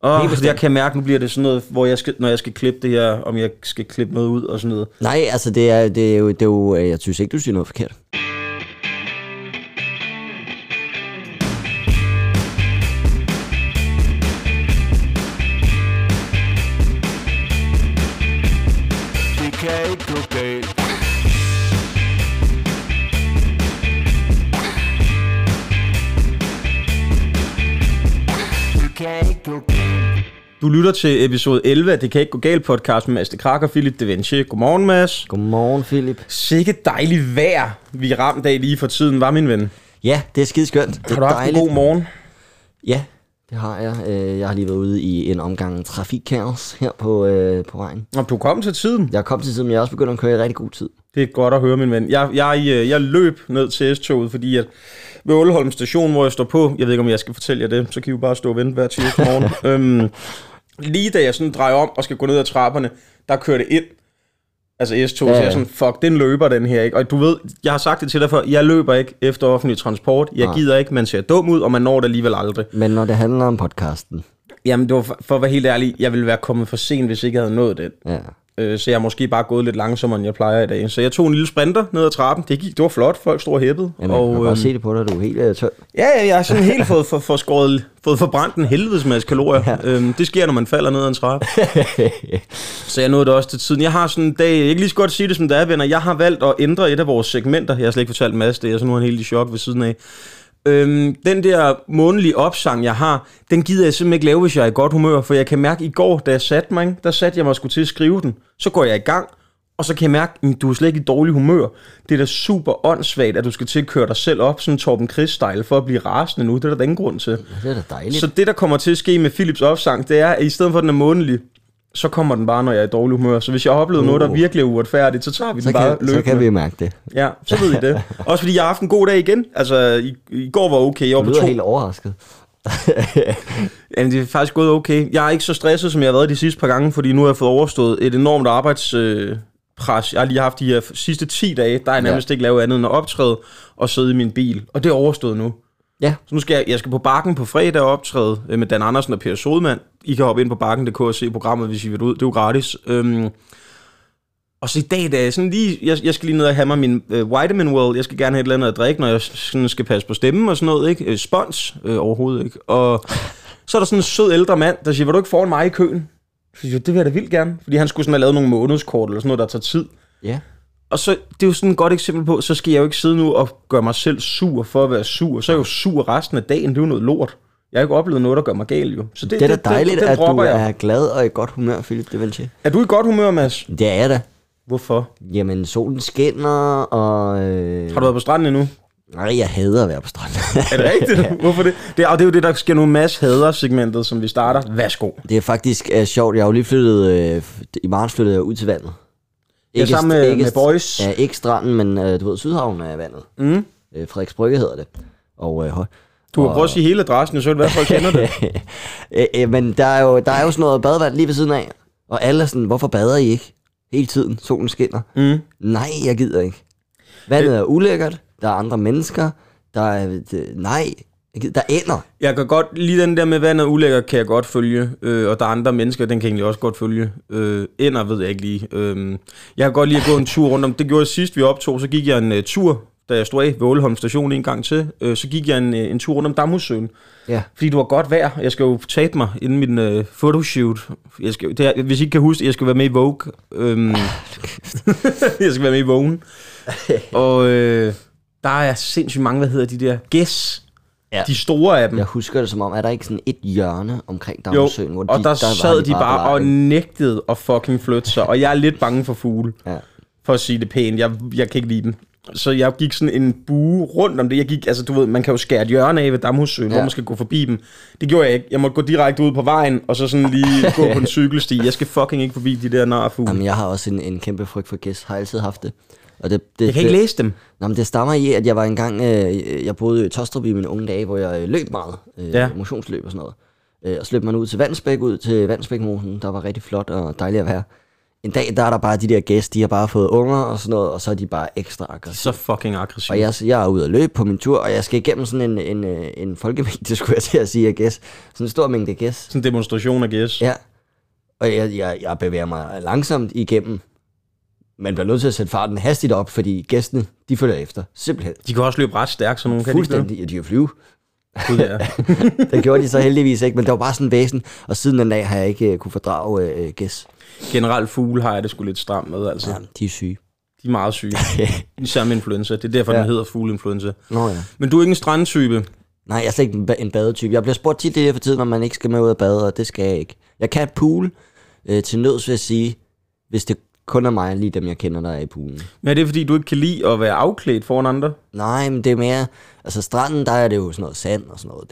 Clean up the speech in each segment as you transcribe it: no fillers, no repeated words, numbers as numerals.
Jeg kan mærke, nu bliver det sådan noget, hvor når jeg skal klippe det her, om jeg skal klippe noget ud og sådan noget. Nej, altså det er jo jeg synes ikke, du siger noget forkert. Det kan ikke gå galt. Det kan ikke gå galt. Du lytter til episode 11 af Det kan ikke gå galt podcast med Mads de Krak og Philip de Vinci. Godmorgen, Mads. Godmorgen, Philip. Sikke dejligt vejr, vi ramte af lige for tiden, var min ven. Ja, det er skideskønt. Har du haft en god morgen? Ja, det har jeg. Jeg har lige været ude i en omgang trafikkaos her på vejen. Og du kom til tiden. Jeg kom til tiden, men jeg er også begyndt at køre i rigtig god tid. Det er godt at høre, min ven. Jeg løb ned til S-toget, fordi at ved Ålholm station, hvor jeg står på, jeg ved ikke, om jeg skal fortælle jer det, så kan I jo bare stå og vente hver tirsdag morgen. Lige da jeg sådan drejer om og skal gå ned ad trapperne, der kører det ind. Altså S-tog, så jeg er sådan, fuck, den løber den her, ikke? Og du ved, jeg har sagt det til dig før, jeg løber ikke efter offentlig transport. Jeg gider ikke, man ser dum ud, og man når det alligevel aldrig. Men når det handler om podcasten. Jamen, det var for at være helt ærlig, jeg ville være kommet for sent, hvis ikke jeg havde nået den. Ja. Så jeg er måske bare gået lidt langsommere, end jeg plejer i dag. Så jeg tog en lille sprinter ned ad trappen. Det var flot, folk stod og hæppede. Jamen, jeg kan bare se det på dig, du er helt tørt. Ja, jeg har sådan helt fået forbrændt en helvedes masse kalorier. Ja. Det sker, når man falder ned ad en trappe. Så jeg nåede det også til tiden. Jeg har sådan en dag, jeg kan lige så godt sige det som det er, venner. Jeg har valgt at ændre et af vores segmenter. Jeg har slet ikke fortalt Mads det, jeg er sådan nu helt i chok ved siden af. Den der månedlige opsang, jeg har, den gider jeg simpelthen ikke lave, hvis jeg er i godt humør. For jeg kan mærke, i går, da jeg satte mig, der satte jeg mig skulle til at skrive den. Så går jeg i gang, og så kan jeg mærke, at du er slet ikke i dårlig humør. Det er da super åndssvagt, at du skal til at køre dig selv op, sådan Torben Chris-style, for at blive rasende nu. Det er der ingen grund til. Det er da dejligt. Så det, der kommer til at ske med Philips opsang, det er, at i stedet for, at den er månedlig, så kommer den bare, når jeg er i dårlig humør. Så hvis jeg har oplevet noget, der virkelig er uretfærdigt, så tager vi den bare løbende. Så kan vi mærke det. Ja, så ved I det. Også fordi jeg har haft en god dag igen. Altså, i går var okay. Jeg var du lyder helt overrasket. Jamen, det er faktisk gået okay. Jeg er ikke så stresset, som jeg har været de sidste par gange, fordi nu har jeg fået overstået et enormt arbejdspres. Jeg har lige haft de her sidste 10 dage, der er jeg nærmest ikke lavet andet end at optræde og sidde i min bil. Og det er overstået nu. Ja. Så nu skal jeg skal på Bakken på fredag og optræde med Dan Andersen og Per Sodemann. I kan hoppe ind på bakken.dk og se programmet, hvis I vil ud. Det er jo gratis. Og så i dag, da jeg sådan lige, jeg skal lige ned og have mig min Vitamin Well. Jeg skal gerne have et eller andet at drikke, når jeg sådan skal passe på stemmen og sådan noget, ikke? Spons overhovedet, ikke? Og så er der sådan en sød ældre mand, der siger, vil du ikke foran mig i køen? Så siger, det vil jeg da vildt gerne. Fordi han skulle sådan have lavet nogle månedskort eller sådan noget, der tager tid. Ja. Og så, det er jo sådan et godt eksempel på, så skal jeg jo ikke sidde nu og gøre mig selv sur for at være sur. Så er jeg jo sur resten af dagen, det er jo noget lort. Jeg har ikke oplevet noget, der gør mig gal, jo. Så det er da dejligt, at du er glad og i godt humør, Philip de Vinci. Er du i godt humør, Mads? Det er jeg da. Hvorfor? Jamen, solen skinner, og... Har du været på stranden endnu? Nej, jeg hader at være på stranden. Er det rigtigt? Ja. Hvorfor det? Det er jo det, der sker nu Mads hader-segmentet, som vi starter. Værsgo. Det er faktisk sjovt. Jeg har jo lige flyttet... I marts flyttede jeg ud til vandet. Ikke sammen med boys? Ja, ikke stranden, men du ved, Sydhavnen er vandet. Frederiks Brygge hedder det. Og... Du har prøvet at sige hele adressen, så er det i hvert fald kender det. Men der er jo sådan noget badevand lige ved siden af. Og alle er sådan, hvorfor bader I ikke? Hele tiden, solen skinner. Nej, jeg gider ikke. Vandet er ulækkert, der er andre mennesker, der er... Nej, der ender. Jeg kan godt, lige den der med vandet er ulækkert, kan jeg godt følge. Og der er andre mennesker, den kan jeg egentlig også godt følge. Ender ved jeg ikke lige. Jeg kan godt lide at gå en tur rundt om. Det gjorde jeg sidst, vi optog, så gik jeg en tur, da jeg stod af ved Ålholm station en gang til. Så gik jeg en tur rundt om Damhussøen. Ja. Fordi det var godt vejr. Jeg skal jo tabe mig inden min photoshoot. Hvis I ikke kan huske, jeg skal være med i Vogue. Jeg skal være med i Vogue. Og der er sindssygt mange, hvad hedder de der? Guess. Ja. De store af dem. Jeg husker det som om, er der ikke sådan et hjørne omkring Damhussøen? Jo, og der sad de bare og nægtede at fucking flytte sig. Og jeg er lidt bange for fugle. Ja. For at sige det pænt. Jeg kan ikke lide dem. Så jeg gik sådan en bue rundt om det. Jeg gik, altså du ved, man kan jo skære et hjørne af ved Damhussøen, hvor man skal gå forbi dem. Det gjorde jeg ikke. Jeg måtte gå direkte ud på vejen, og så sådan lige gå på en cykelsti. Jeg skal fucking ikke forbi de der narfugle. Jamen, jeg har også en kæmpe frygt for gæs. Har altid haft det. Og jeg kan ikke læse dem. Nå, men det stammer i, at jeg var engang, jeg boede i Tostrup i mine unge dage, hvor jeg løb meget. Motionsløb og sådan noget. Og så løb man ud til Vandsbæk, ud til Vandsbækmosen, der var rigtig flot og dejligt at være. En dag, der er der bare de der gæster, de har bare fået unger og sådan noget, og så er de bare ekstra aggressive. Så fucking aggressiv. Og jeg er ude at løbe på min tur, og jeg skal igennem sådan en folkemængde, skulle jeg til at sige, af gæs. Sådan en stor mængde gæs. Sådan en demonstration af gæs. Ja. Og jeg bevæger mig langsomt igennem. Man bliver nødt til at sætte farten hastigt op, fordi gæstene, de følger efter. Simpelthen. De kan også løbe ret stærkt, så nogle kan de ikke. Fuldstændig. Ja, de kan flyve. Gud, ja. Det gjorde de så heldigvis ikke, men det var bare sådan en væsen. Og siden den dag har jeg ikke kunne fordrage gæs. Generelt fugle har jeg det sgu lidt stramt med, altså. Ja, de er syge. De er meget syge. Især med influenza. Det er derfor, den hedder fugleinfluenza. Nå ja. Men du er ikke en strandtype. Nej, jeg er slet ikke en badetype. Jeg bliver spurgt tit det for tiden, når man ikke skal med ud at bade, og det skal jeg ikke. Jeg kan pool til nøds, vil jeg sige, hvis det kun er mig, lige dem jeg kender, der er i poolen. Men er det fordi, du ikke kan lide at være afklædt foran andre? Nej, men det er mere... Altså stranden, der er det jo sådan noget sand og sådan noget.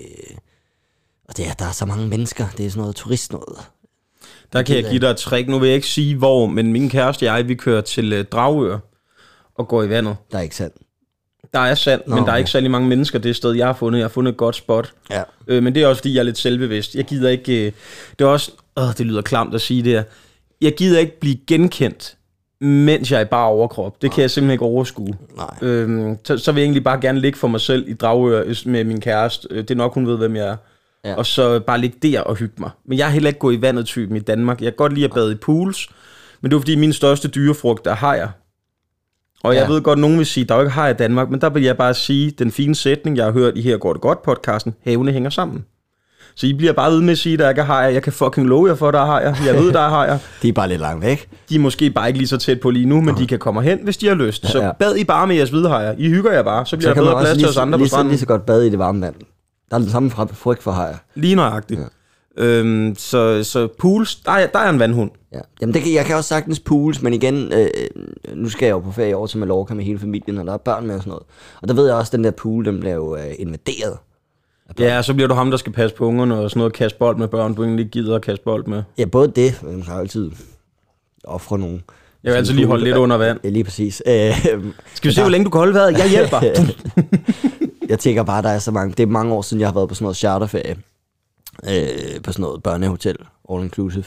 Der er så mange mennesker. Det er sådan noget turist noget. Der kan jeg give dig et trick. Nu vil jeg ikke sige hvor, men min kæreste og jeg, vi kører til Dragør og går i vandet. Der er ikke sand. Der er sand, men der er ikke særlig mange mennesker det sted, jeg har fundet. Jeg har fundet et godt spot. Ja. Men det er også, fordi jeg er lidt selvbevidst. Jeg gider ikke... Det er også... det lyder klamt at sige det her. Jeg gider ikke blive genkendt, mens jeg er bare overkrop. Det kan jeg simpelthen ikke overskue. Nej. Så vil jeg egentlig bare gerne ligge for mig selv i Dragør med min kæreste. Det er nok, hun ved, hvem jeg er. Ja. Og så bare ligge der og hygge mig. Men jeg er heller ikke gået i vandet-typen i Danmark. Jeg kan godt lide at bade i pools, men det er fordi min største dyrefrugt er hajer. Og jeg ved godt, nogen vil sige, der er jo ikke hajer i Danmark, men der vil jeg bare sige, den fine sætning, jeg har hørt i Her går det godt podcasten, havene hænger sammen. Så I bliver bare ved med at sige, at der ikke er hajer. Jeg kan fucking love jer for, at der er hajer. Jeg ved, der er hajer. De er bare lidt langt væk. De er måske bare ikke lige så tæt på lige nu, men de kan komme hen, hvis de har lyst. Så bad I bare med jeres hvide hajer. I hygger jer bare, så bliver der bedre plads til os andre på stranden. Lige så godt bade i det varme vand. Der er den samme frygt for hajer. Lige nøjagtigt. Ja. Så pools, der er en vandhund. Ja. Jamen jeg kan også sagtens pools, men igen, nu skal jeg jo på ferie over til Mallorca med hele familien, og der er børn med og sådan noget. Og der ved jeg også, at den der pool, den bliver jo invaderet. Ja, så bliver du ham, der skal passe på ungerne og sådan noget, kaste bold med børn, du egentlig gider at kaste bold med. Ja, både det, men man har altid offre nogen. Jeg vil altid lige holde lidt under vand. Ja, lige præcis. Skal vi se, hvor længe du kan holde vejret? Jeg hjælper. Jeg tænker bare, der er så mange. Det er mange år siden, jeg har været på sådan noget charterferie. På sådan noget børnehotel, all inclusive.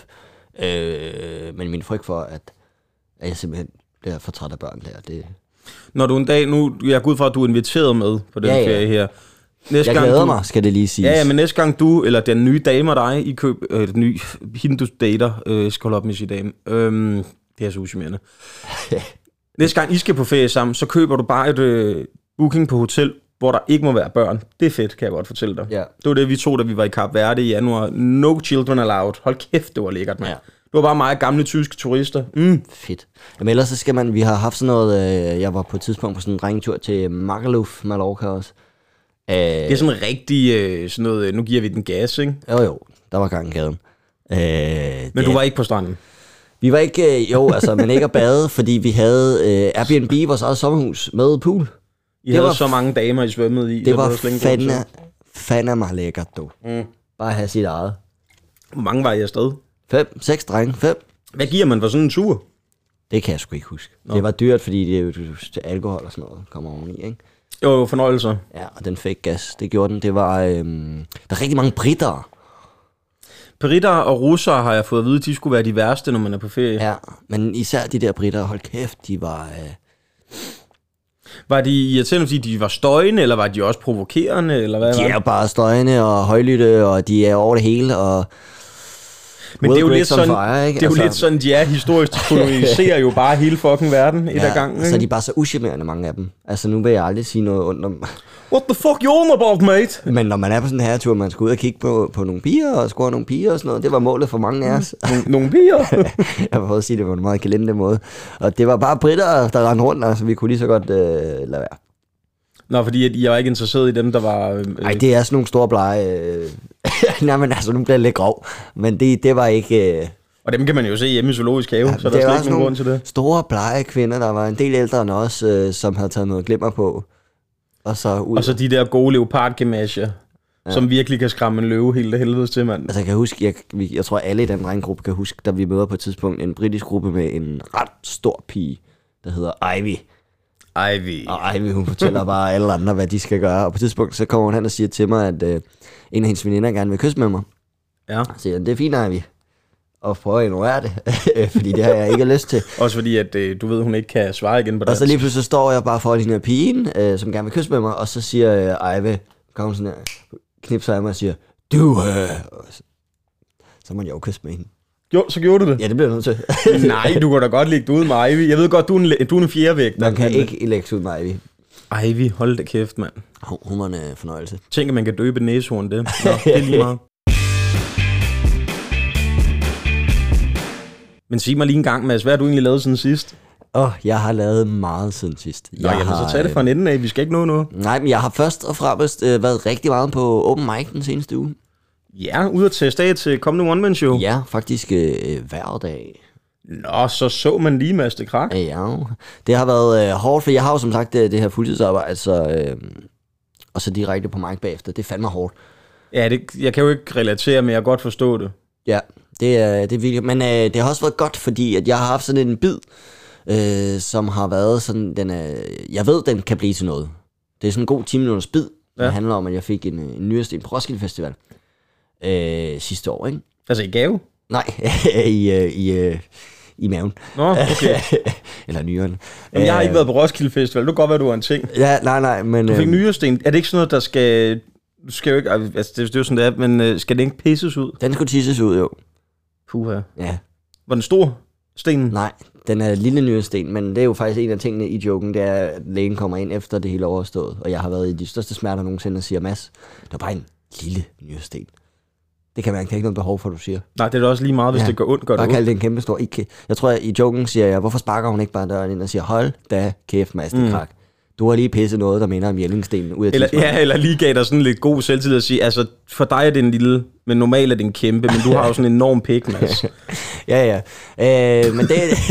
Men min frygt for, at jeg simpelthen bliver for træt af børn der, det... Når du en dag, nu jeg går ud fra, at du er inviteret med på den ferie her. Næste jeg glæder mig, skal det lige siges. Ja, men næste gang du, eller den nye dame og dig, I køb, ny hende du dater, skal holde op med sin dame. Det er så usimmerende. Næste gang I skal på ferie sammen, så køber du bare et booking på hotel, hvor der ikke må være børn. Det er fedt, kan jeg godt fortælle dig. Ja. Det var det, vi tog, da vi var i Kap Verde i januar. No children allowed. Hold kæft, det var lækkert, mand. Ja. Det var bare meget gamle tyske turister. Fedt. Jamen ellers så skal man, vi har haft sådan noget, jeg var på et tidspunkt på sådan en drengetur til Magaluf, Mallorca også. Det er sådan rigtig, sådan noget, nu giver vi den gas, ikke? Jo, der var gang i gaden. Men du var ikke på stranden? Vi var ikke, men ikke at bade, fordi vi havde Airbnb, vores eget sommerhus, med pool. I havde så mange damer, I svømmede i. Det var fandme mig lækkert, du. Bare have sit eget. Hvor mange var I afsted? 6 drenge, 5. Hvad giver man for sådan en tur? Det kan jeg sgu ikke huske. Det var dyrt, fordi det er jo til alkohol og sådan noget, kommer oveni, ikke? Jo, fornøjelser. Ja, og den fik gas. Det gjorde den. Det var... der er rigtig mange britter. Britter og russere har jeg fået at vide, de skulle være de værste, når man er på ferie. Ja, men især de der britter, hold kæft, de var... Var de irriterende, fordi de var støjende, eller var de også provokerende, eller hvad? De er jo bare støjende og højlytte, og de er over det hele, og... Men det er jo lidt sådan, fire, ikke? Det er jo lidt sådan, de er historisk, de koloniserer jo bare hele fucking verden et af gangen. Altså de er bare så uschammerende, mange af dem. Altså nu vil jeg aldrig sige noget ondt om... What the fuck you on about, mate? Men når man er på sådan en herretur, man skal ud og kigge på nogle piger og score nogle piger og sådan noget, det var målet for mange af os. Nogle piger? Jeg vil prøve at sige det på en meget gelinde måde. Og det var bare britter, der rendte rundt, altså vi kunne lige så godt lade være. Nå, fordi jeg var ikke interesseret i dem, der var... Nej, det er sådan nogle store blege... Nej, men altså, nu bliver det lidt grov. Men det var ikke... Og dem kan man jo se hjemme i Zoologisk Have, ja, så der er slet ikke nogen grund til det. Store blege kvinder, der var en del ældre end os, som havde taget noget glimmer på. Og så de der gode leopardgemasjer, som virkelig kan skræmme en løve helt af helvedes til, mand. Altså, jeg kan huske, jeg tror alle i den drengegruppe kan huske, da vi møder på et tidspunkt en britisk gruppe med en ret stor pige, der hedder Ivy. Og Ivy, hun fortæller bare alle andre, hvad de skal gøre. Og på et tidspunkt, så kommer hun hen og siger til mig, at en af hendes veninder gerne vil kysse med mig. Ja. Så siger han, det er fint, Ivy. og prøver at ignorere det, fordi det har jeg ikke lyst til. Også fordi, at du ved, hun ikke kan svare igen på det. Og så lige pludselig står jeg bare foran hende her pigen, som gerne vil kysse med mig, og så siger Ejve, kommer sådan her, knipser af mig og siger, du, så må jeg jo kysse med hende. Jo, så gjorde du det? Ja, det bliver jeg nødt til. Nej, du kan da godt lægge det ud med Ivy. Jeg ved godt, du er en fjerdevægt. Man kan ikke lægge ud med Ivy. Ivy, hold da kæft, mand. Hun var en fornøjelse. Tænk, at man kan døbe et næsehorn, det. Nå, det er lige meget. Men sig mig lige en gang, Mads, hvad har du egentlig lavet siden sidst? Jeg har lavet meget siden sidst. Så tag det fra en ende af, vi skal ikke nå noget. Nej, men jeg har først og fremmest været rigtig meget på open mic den seneste uge. Ja, ud at teste af til kommende one-man-show. Ja, faktisk hver dag. Nå, så man lige, Mads, det krak. Ja, det har været hårdt, for jeg har jo som sagt det her fuldtidsarbejde, og så direkte på mic bagefter. Det er fandme hårdt. Ja, jeg kan jo ikke relatere, men jeg kan godt forstå det. Ja, det er virkelig. Men det har også været godt, fordi at jeg har haft sådan en bid, som har været sådan, jeg ved, den kan blive til noget. Det er sådan en god 10 minutters bid. Det handler om, at jeg fik en nyresten på Roskilde Festival sidste år, ikke? Altså i gave? Nej, i maven. Nå, okay. Eller nyren. Men jeg har ikke været på Roskilde Festival. Det kan godt være, du har en ting. Ja, nej, men... Du fik nyresten. Er det ikke sådan noget, der skal... Du skal jo ikke... Altså, det er jo sådan, det er, men skal det ikke pisses ud? Den skulle tisses ud, jo. Puha. Ja. Var den stor, stenen? Nej, den er lille nyresten, men det er jo faktisk en af tingene i joken, det er, at lægen kommer ind efter det hele overstået. Og jeg har været i de største smerter nogensinde og siger, Mads, det var bare en lille nyresten. Det kan man ikke noget behov for, du siger. Nej, det er da også lige meget, hvis det gør ondt, gør det ondt. Bare kalde det en kæmpe stor ikke. Jeg tror, at i joken siger jeg, hvorfor sparker hun ikke bare døren ind og siger, hold da kæft, Mads, det krak. Du har lige pisset noget, der minder om Jellingstenen ud af tidsmål. Eller lige gav dig sådan lidt god selvtillid at sige, altså for dig er det en lille, men normalt er det en kæmpe, men du har jo sådan en enorm pik, Mads. Ja. Men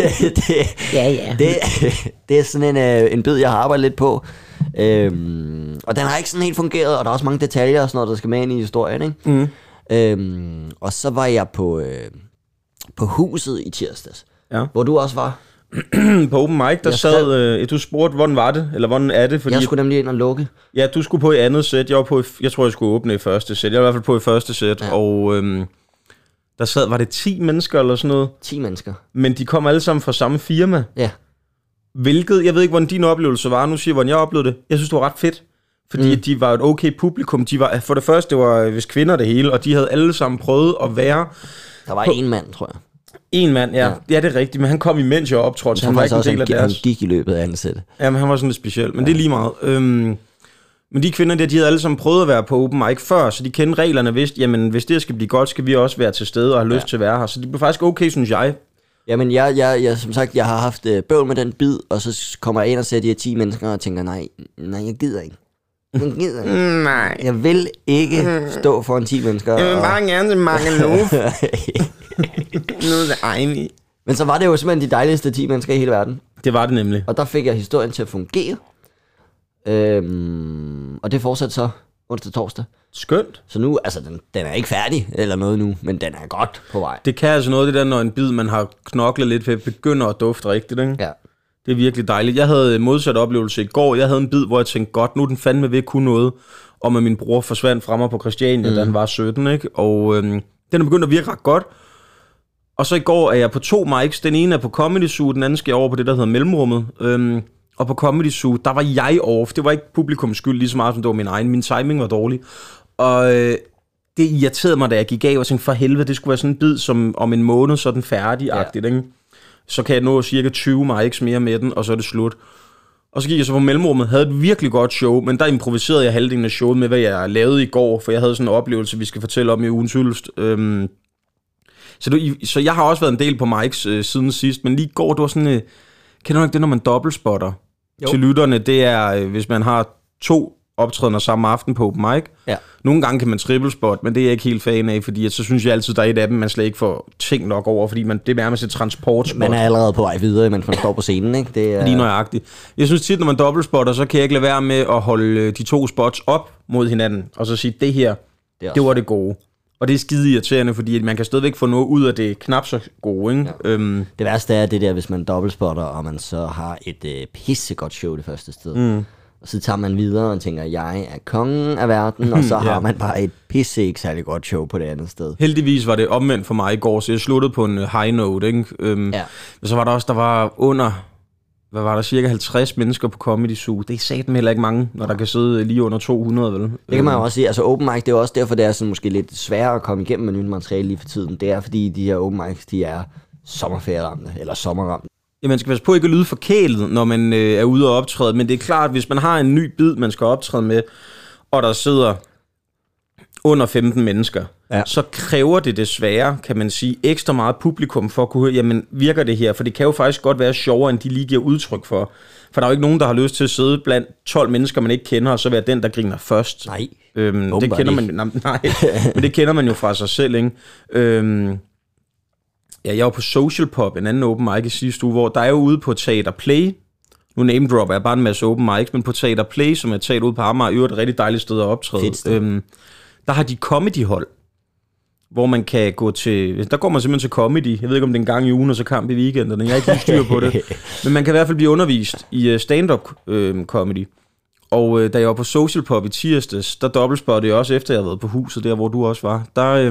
det er sådan en bid, jeg har arbejdet lidt på. Og den har ikke sådan helt fungeret, og der er også mange detaljer og sådan noget, der skal med ind i historien, ikke? Og så var jeg på Huset i tirsdags, hvor du også var. På open mic, der sad... du spurgte, hvordan var det? Eller hvordan er det? Fordi jeg skulle nemlig ind og lukke. Ja, du skulle på i andet sæt. Jeg tror, jeg skulle åbne i første sæt. Jeg var i hvert fald på i første sæt. Ja. Og der sad... Var det 10 mennesker eller sådan noget? 10 mennesker. Men de kom alle sammen fra samme firma. Ja. Hvilket... Jeg ved ikke, hvordan din oplevelse var. Nu siger jeg, hvordan jeg oplevede det. Jeg synes, det var ret fedt. Fordi de var et okay publikum. De var, for det første, det var vist kvinder det hele. Og de havde alle sammen prøvet at være... Der var en mand, tror jeg. En mand, ja. Ja, det er rigtigt, men han kom imens jeg optrådte, så han var ikke en del af deres. Han gik i løbet af andet sæt. Ja, men han var sådan lidt speciel, men det er lige meget. Men de kvinder der, de havde alle sammen prøvet at være på open mic før, så de kendte reglerne og vidste, jamen hvis det skal blive godt, skal vi også være til stede og have lyst til at være her. Så det blev faktisk okay, synes jeg. Jamen, jeg som sagt, jeg har haft bøvl med den bid, og så kommer jeg ind og ser de her 10 mennesker og tænker, nej, jeg gider ikke. Nej. Jeg vil ikke stå foran 10 mennesker. Jeg vil bare gerne til Magaluf. Nu er det Ivy. Men så var det jo simpelthen de dejligste 10 mennesker i hele verden. Det var det nemlig. Og der fik jeg historien til at fungere. Og det fortsatte så onsdag torsdag. Skønt. Så nu, altså den er ikke færdig eller noget nu, men den er godt på vej. Det kan altså noget, det der, når en bid, man har knoklet lidt ved, begynder at dufte rigtigt, ikke? Ja. Det er virkelig dejligt. Jeg havde modsat oplevelse i går. Jeg havde en bid, hvor jeg tænkte, godt, nu er den fandme ved at kunne noget. Og at min bror forsvandt fra mig på Christiania, da han var 17, ikke? Og den er begyndt at virke ret godt. Og så i går er jeg på 2 mics. Den ene er på Comedy Zoo, den anden skal jeg over på det, der hedder Mellemrummet. Og på Comedy Zoo, der var jeg off. Det var ikke publikums skyld lige så meget, som det var min egen. Min timing var dårlig. Og det irriterede mig, da jeg gik af og tænkte, for helvede, det skulle være sådan en bid, som om en måned, så er den færdig-agtigt, ikke? Så kan jeg nå cirka 20 mics mere med den, og så er det slut. Og så gik jeg så på Mellemrummet, havde et virkelig godt show, men der improviserede jeg halvdelen af showet med, hvad jeg lavede i går, for jeg havde sådan en oplevelse, vi skal fortælle om i ugens hyldest. Så jeg har også været en del på mics siden sidst, men lige i går, det var sådan, kender du ikke det, når man dobbeltspotter til lytterne? Det er, hvis man har 2 optrædener samme aften på open mic. Ja. Nogle gange kan man triplespot, men det er jeg ikke helt fan af, fordi så synes jeg altid, der er et af dem, man slet ikke får ting nok over, fordi det er nærmest et transportspot. Man er allerede på vej videre, mens man står på scenen, ikke? Det er... Lige nøjagtigt. Jeg synes tit, når man dobbeltspotter, så kan jeg ikke lade være med at holde de 2 spots op mod hinanden, og så sige, det her, det var det gode. Og det er skide irriterende, fordi man kan stadigvæk få noget ud af det knap så gode, ikke? Ja. Det værste er det der, hvis man dobbeltspotter, og man så har et pissegodt show det første sted. Og så tager man videre og tænker, jeg er kongen af verden, og så har man bare et pisse ikke særlig godt show på det andet sted. Heldigvis var det omvendt for mig i går, så jeg sluttede på en high note, ikke? Men så var der også, der var under, hvad var der, cirka 50 mennesker på Comedy Zoo. Det er satme heller ikke mange, når der kan sidde lige under 200, vel? Det kan man jo også sige. Altså open mic, det er jo også derfor, det er sådan måske lidt sværere at komme igennem med nyt materiale lige for tiden. Det er fordi, de her open mics, de er sommerferieramte, eller sommerramte. Ja, man skal passe på ikke at lyde forkælet, når man er ude og optræde, men det er klart, hvis man har en ny bid, man skal optræde med, og der sidder under 15 mennesker, så kræver det desværre, kan man sige, ekstra meget publikum for at kunne høre, jamen virker det her? For det kan jo faktisk godt være sjovere, end de lige giver udtryk for. For der er jo ikke nogen, der har lyst til at sidde blandt 12 mennesker, man ikke kender, og så være den, der griner først. Nej, det kender man, nej, men det kender man jo fra sig selv, ikke? Ja, jeg var på Social Pop, en anden open mic i sidste uge, hvor der er jo ude på Teater Play. Nu name dropper jeg bare en masse open mics, men på Teater Play, som er taget ude på Amager, er jo et rigtig dejligt sted at optræde. Der har de comedy-hold, hvor man kan gå til... Der går man simpelthen til comedy. Jeg ved ikke, om det er en gang i ugen, og så kamp i weekenderne. Jeg er ikke helt styr på det. Men man kan i hvert fald blive undervist i stand-up comedy. Og da jeg var på Social Pop i tirsdags, der dobbeltspottede jeg også, efter jeg havde været på huset, der hvor du også var.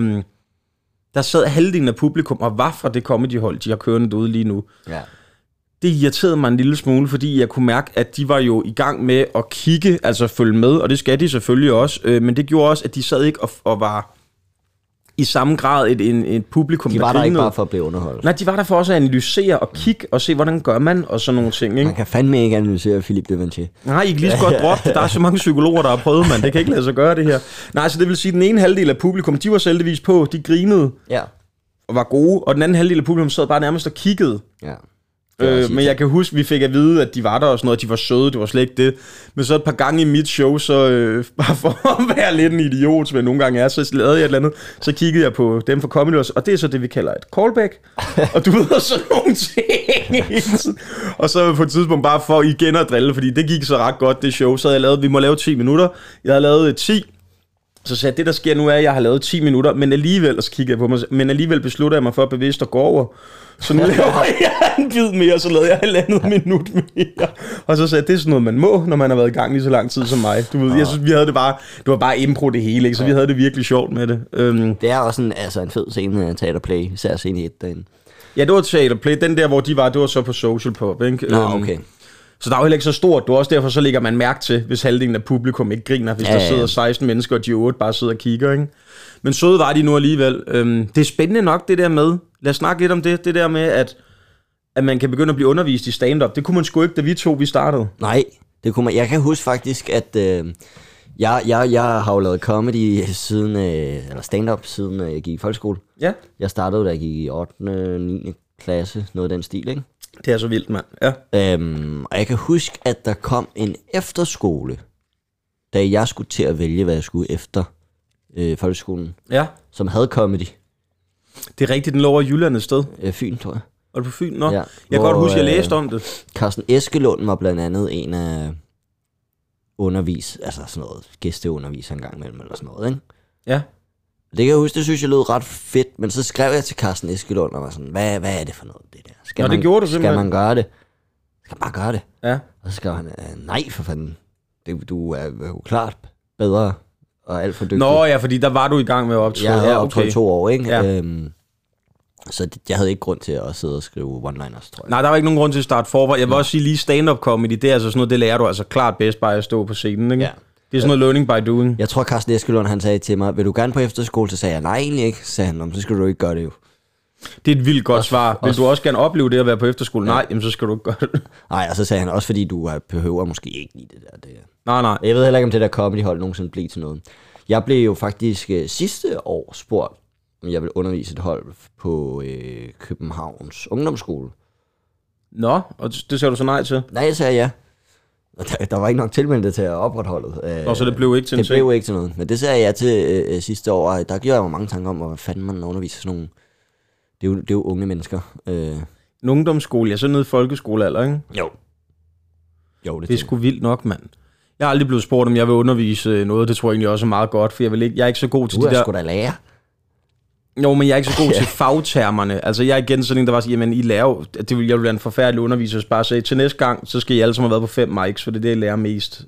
Der sad halvdelen af publikum og var fra det comedyhold, de har kørende derude lige nu. Ja. Det irriterede mig en lille smule, fordi jeg kunne mærke, at de var jo i gang med at kigge, altså følge med, og det skal de selvfølgelig også, men det gjorde også, at de sad ikke og var i samme grad et publikum, de var der ikke bare for at blive underholdt. Nej, de var der for også at analysere og kigge og se, hvordan gør man, og sådan nogle ting, ikke? Man kan fandme ikke analysere Philippe Devanché. Nej, I kan lige så godt droppe det. Der er så mange psykologer, der har prøvet, man. Det kan ikke lade sig gøre, det her. Nej, så det vil sige, at den ene halvdel af publikum, de var selvvis på, de grinede og var gode, og den anden halvdel af publikum sad bare nærmest og kiggede. Ja. Men jeg kan huske, vi fik at vide, at de var der og sådan noget, de var søde, det var slet ikke det. Men så et par gange i mit show, så bare for at være lidt en idiot, som jeg nogle gange er, så lavede jeg et eller andet, så kiggede jeg på dem fra Comedy, og det er så det, vi kalder et callback. Og du ved, sådan nogle ting. Og så på et tidspunkt bare for igen at drille, fordi det gik så ret godt, det show. Så havde jeg lavet, vi må lave 10 minutter. Jeg havde lavet 10. Så sagde jeg, det der sker nu er, at jeg har lavet 10 minutter, men alligevel, og så kiggede jeg på mig, men alligevel beslutter jeg mig for bevidst at gå over. Så nu laver jeg en bid mere, så lavede jeg 1,5 minut mere. Og så sagde jeg, det er sådan noget, man må, når man har været i gang lige så lang tid som mig. Du ved, jeg synes, vi havde det bare, det var bare impro det hele, ikke? Så vi havde det virkelig sjovt med det. Det er også en fed scene af Teater Play, især scene 1 derinde. Ja, det var Teater Play. Den der, hvor de var, det var så på Social Pop, ikke? Nå, okay. Så der er jo heller ikke så stort. Det er også derfor, så lægger man mærke til, hvis halvdelen af publikum ikke griner, hvis der sidder 16 mennesker, og de 8 bare sidder og kigger, ikke? Men søde var de nu alligevel. Det er spændende nok, det der med. Lad os snakke lidt om det. Det der med, at man kan begynde at blive undervist i stand-up. Det kunne man sgu ikke, da vi startede. Nej, det kunne man. Jeg kan huske faktisk, at jeg har jo lavet comedy siden, eller stand-up siden jeg gik i folkeskole. Ja. Jeg startede, da jeg gik i 8. og 9. klasse, noget af den stil, ikke? Det er så vildt, mand. Ja. Og jeg kan huske, at der kom en efterskole, da jeg skulle til at vælge, hvad jeg skulle efter folkeskolen, som havde comedy. Det er rigtigt, den lå over i Jylland et sted. Fyn, tror jeg. Var du på Fyn? Nå. Ja. Jeg kan godt huske, jeg læste om det. Carsten Eskelund var blandt andet en af altså sådan noget gæsteunderviser en gang imellem, eller sådan noget, ikke? Ja. Det kan jeg huske, det synes jeg lød ret fedt, men så skrev jeg til Carsten Eskelund og var sådan, hvad er det for noget, det der? Det gjorde du simpelthen. Skal man gøre det? Skal man bare gøre det? Ja. Og så skrev han, nej for fanden, du er jo klart bedre og alt for dygtig. Nå ja, fordi der var du i gang med at optræde. Jeg havde optrådt 2 år, ikke? Ja. Så jeg havde ikke grund til at sidde og skrive one-liners, tror jeg. Nej, der var ikke nogen grund til at starte forfra. Jeg vil også sige, lige stand-up comedy, det er altså sådan noget, det lærer du altså klart bedst bare at stå på scenen, ikke? Ja. Det er sådan noget learning by doing. Jeg tror, Carsten Eskelund, han sagde til mig, vil du gerne på efterskole? Så sagde jeg, nej egentlig ikke. Så sagde han, så skal du ikke gøre det jo. Det er et vildt godt svar. Vil du også gerne opleve det at være på efterskole? Nej, jamen så skal du ikke gøre det. Nej, og så sagde han også, fordi du behøver måske ikke lige det der. Nej. Jeg ved heller ikke, om det der comedyhold nogensinde blev til noget. Jeg blev jo faktisk sidste år spurgt, om jeg ville undervise et hold på Københavns Ungdomsskole. Nå, og det sagde du så nej til? Nej, jeg sagde ja. Og der var ikke nok tilmeldte til at opretholde. Og så det blev ikke til det blev ikke til noget. Men det sagde jeg til sidste år, og der gjorde jeg mig mange tanker om, hvad fanden man underviser sådan nogle. Det er jo unge mennesker. En ungdomsskole, ja, så nede i folkeskolealder, ikke? Jo, det er sgu vildt nok, mand. Jeg har aldrig blevet spurgt, om jeg vil undervise noget. Det tror jeg egentlig også er meget godt, for jeg er ikke så god til det der. Du er sgu da lærer. Jo, men jeg er ikke så god til fagtermerne. Altså, jeg er igen sådan en, der var sådan, jamen, I lærer jo, jeg vil være en forfærdelig underviser, hvis bare sagde, til næste gang, så skal I alle sammen have været på 5 mics, for det er det, jeg lærer mest.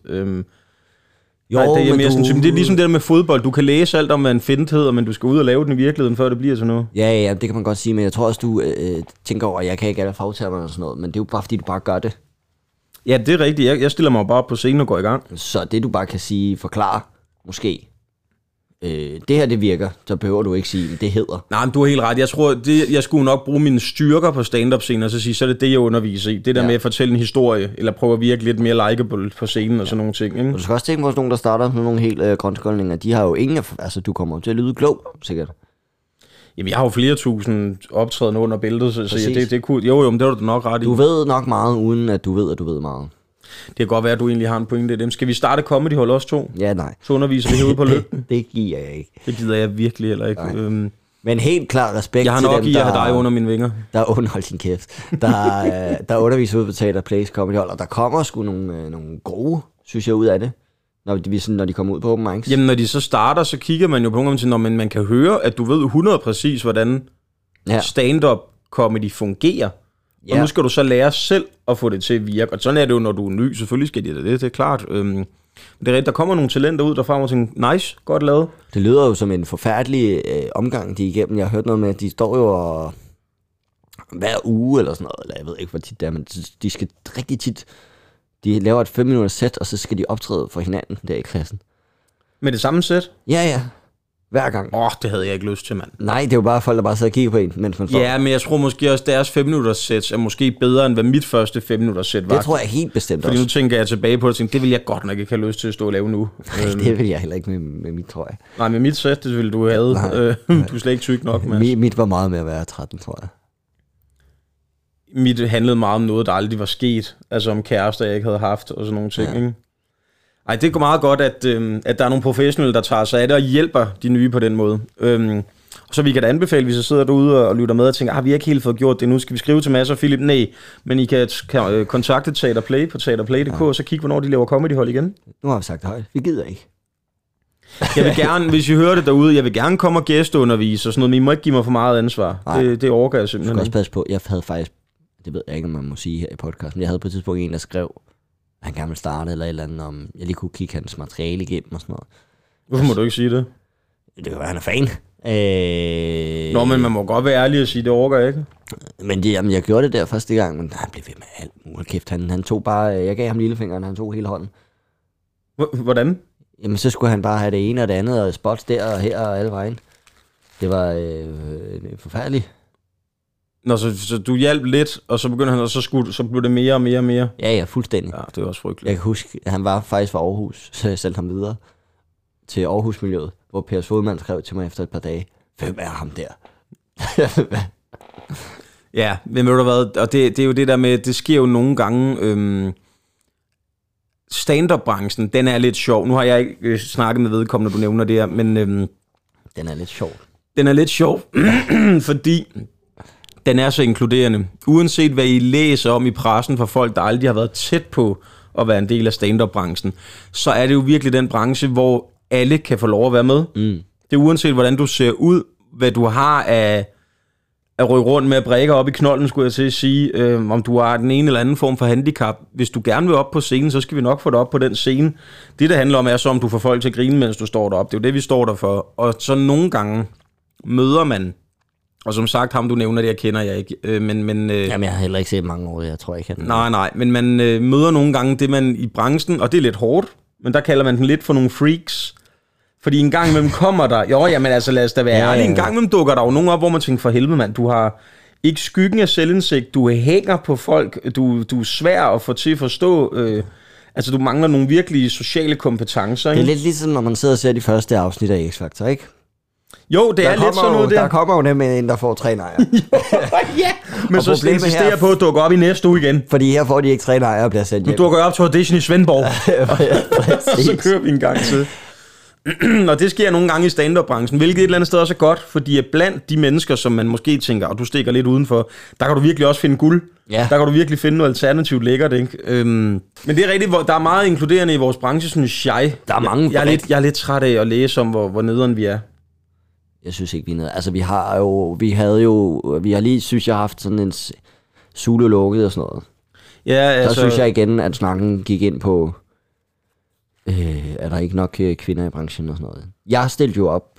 Jo, nej, det er mere sådan, det er ligesom det der med fodbold. Du kan læse alt om, hvad en fint hedder, men du skal ud og lave den i virkeligheden, før det bliver sådan noget. Ja, det kan man godt sige, men jeg tror også, du tænker over, at jeg kan ikke alle fagtermerne og sådan noget, men det er jo bare, fordi du bare gør det. Ja, det er rigtigt. Jeg stiller mig bare på scenen og går i gang. Så det, du bare kan sige, forklare, måske, det her, det virker, så behøver du ikke sige, det hedder. Nej, men du har helt ret. Jeg tror, jeg skulle nok bruge mine styrker på stand-up-scenen, og så sige, så er det det, jeg underviser i. Det der med at fortælle en historie, eller prøve at virke lidt mere likeable på scenen og sådan nogle ting. Ikke? Og du skal også tænke på, at nogen, der starter med nogle helt grønskoldninger, de har jo ingen, altså du kommer til at lyde klog, sikkert. Jamen, jeg har jo flere tusind optrædende under bæltet, så det er cool. Jo, men det var du nok ret i. Du ved nok meget, uden at du ved meget. Det kan godt være, at du egentlig har en pointe i dem. Skal vi starte comedy hold også 2? Ja, nej. Så underviser vi herude på Lygten. Det giver jeg ikke. Det gider jeg virkelig heller ikke. Men helt klart respekt jeg har til nok dem, i at have dig under mine vinger. Der underholdt din kæft. Der underviser ude på Teater Place Comedy Hold, og der kommer sgu nogle gode, synes jeg, ud af det. Når de kommer ud på open mics. Jamen, når de så starter, så kigger man jo på nogle til, når man kan høre, at du ved 100 præcis, hvordan stand-up comedy fungerer. Og nu skal du så lære selv at få det til at virke. Og sådan er det jo, når du er ny. Selvfølgelig skal de det er klart. Det er rigtigt, der kommer nogle talenter ud derfra, og tænker, nice, godt lavet. Det lyder jo som en forfærdelig omgang, de er igennem. Jeg har hørt noget med, at de står jo og hver uge eller sådan noget, eller jeg ved ikke, hvor tit det er, men de skal rigtig tit, de laver et 5 minutter sæt, og så skal de optræde for hinanden der i klassen. Med det samme sæt? Ja. Hver gang. Det havde jeg ikke lyst til, mand. Nej, det er jo bare folk, der bare sidder og kigger på en, mens man står. Ja, men jeg tror måske også, deres 5 minutters sæt er måske bedre, end hvad mit første 5 minutters sæt var. Det tror jeg helt bestemt Fordi også. nu tænker jeg tilbage på det, og tænker, det vil jeg godt nok ikke have lyst til at stå og lave nu. Nej, det vil jeg heller ikke med mit, tror jeg. Nej, med mit sæt, det ville du have. Du er slet ikke tyk nok, Mads. Mit var meget med at være 13, tror jeg. Mit handlede meget om noget, der aldrig var sket. Altså om kærester, jeg ikke havde haft, og sådan nogle ting, ikke? Ej, det går meget godt, at der er nogle professionelle, der tager sig af det og hjælper de nye på den måde. Så vi kan da anbefale, hvis I sidder derude og lytter med og tænker, vi har ikke helt fået gjort det nu, skal vi skrive til Mads og Philip? Nej, men I kan kontakte Teater Play på teaterplay.dk, og så kigge, hvornår de laver comedyhold igen. Nu har vi sagt det højt. Vi gider ikke. Jeg vil gerne, hvis I hører det derude, jeg vil gerne komme og gæsteundervise og sådan noget, men I må ikke give mig for meget ansvar. Det overgår jeg simpelthen. Du skal også passe på, jeg havde faktisk, det ved jeg ikke, om man må sige her i podcasten, jeg havde på et tidspunkt en, der skrev, han gerne ville starte eller et eller andet, om jeg lige kunne kigge hans materiale igennem og sådan noget. Hvorfor må du ikke sige det? Det kan være, han er fan. Nå, men man må godt være ærlig og sige, det overgår jeg ikke. Men jamen, jeg gjorde det der første gang, men han blev ved med alt muligt kæft. Han tog bare, jeg gav ham lillefingeren, han tog hele hånden. Hvordan? Jamen, så skulle han bare have det ene og det andet, og spots der og her og alle vejen. Det var forfærdeligt. Nå, så du hjalp lidt, og så begyndte han, og så blev det mere og mere og mere? Ja, fuldstændig. Ja, det var også frygteligt. Jeg kan huske, at han var faktisk fra Aarhus, så jeg sendte ham videre til Aarhus-miljøet, hvor Per Svodman skrev til mig efter et par dage, hvem er ham der? Ja, men ved du hvad, og det er jo det der med, det sker jo nogle gange, stand-up-branchen, den er lidt sjov. Nu har jeg ikke snakket med vedkommende, du nævner det her, men den er lidt sjov. Den er lidt sjov, fordi den er så inkluderende. Uanset hvad I læser om i pressen fra folk, der aldrig har været tæt på at være en del af stand-up-branchen, så er det jo virkelig den branche, hvor alle kan få lov at være med. Det er uanset hvordan du ser ud, hvad du har af ryge rundt med at brække op i knolden, skulle jeg til at sige, om du har den ene eller anden form for handicap. Hvis du gerne vil op på scenen, så skal vi nok få dig op på den scene. Det handler om, er så, om du får folk til at grine, mens du står deroppe. Det er jo det, vi står der for. Og så nogle gange møder man, og som sagt, ham du nævner, det jeg kender jeg ikke. Jamen, jeg har heller ikke set mange år, jeg tror ikke, han... Nej, men man møder nogle gange det, man i branchen, og det er lidt hårdt, men der kalder man den lidt for nogle freaks. Fordi en gang imellem kommer der... Jo, jamen altså, lad os da være ærlig. En gang imellem dukker der jo nogen op, hvor man tænker, for helvede mand, du har ikke skyggen af selvindsigt, du hænger på folk, du er svær at få til at forstå... altså, du mangler nogle virkelige sociale kompetencer, ikke? Det er lidt ligesom, når man sidder og ser de første afsnit af X-Factor, ikke? Jo, det er lidt sådan noget der. Der kommer jo nemlig en, der får 3 nejer. Ja, men så insisterer på at dukke op i næste uge igen. Fordi her får de ikke 3 nejer og bliver sendt hjem. Nu dukker jeg op til audition i Svendborg. Og så kører vi en gang til. Og det sker nogle gange i stand-up-branchen, hvilket et eller andet sted også er godt, fordi blandt de mennesker, som man måske tænker, og du stikker lidt udenfor, der kan du virkelig også finde guld. Ja. Der kan du virkelig finde noget alternativt lækkert, ikke? Men det er rigtigt, der er meget inkluderende i vores branche, synes jeg. Der er mange. Jeg er lidt træt af at læse om, hvor nederen vi er. Jeg synes ikke, vi er nede. Altså, vi har lige, synes jeg, haft sådan en Zulu lukket og sådan noget. Ja, altså... Så synes jeg igen, at snakken gik ind på, er der ikke nok kvinder i branchen og sådan noget. Jeg stillede jo op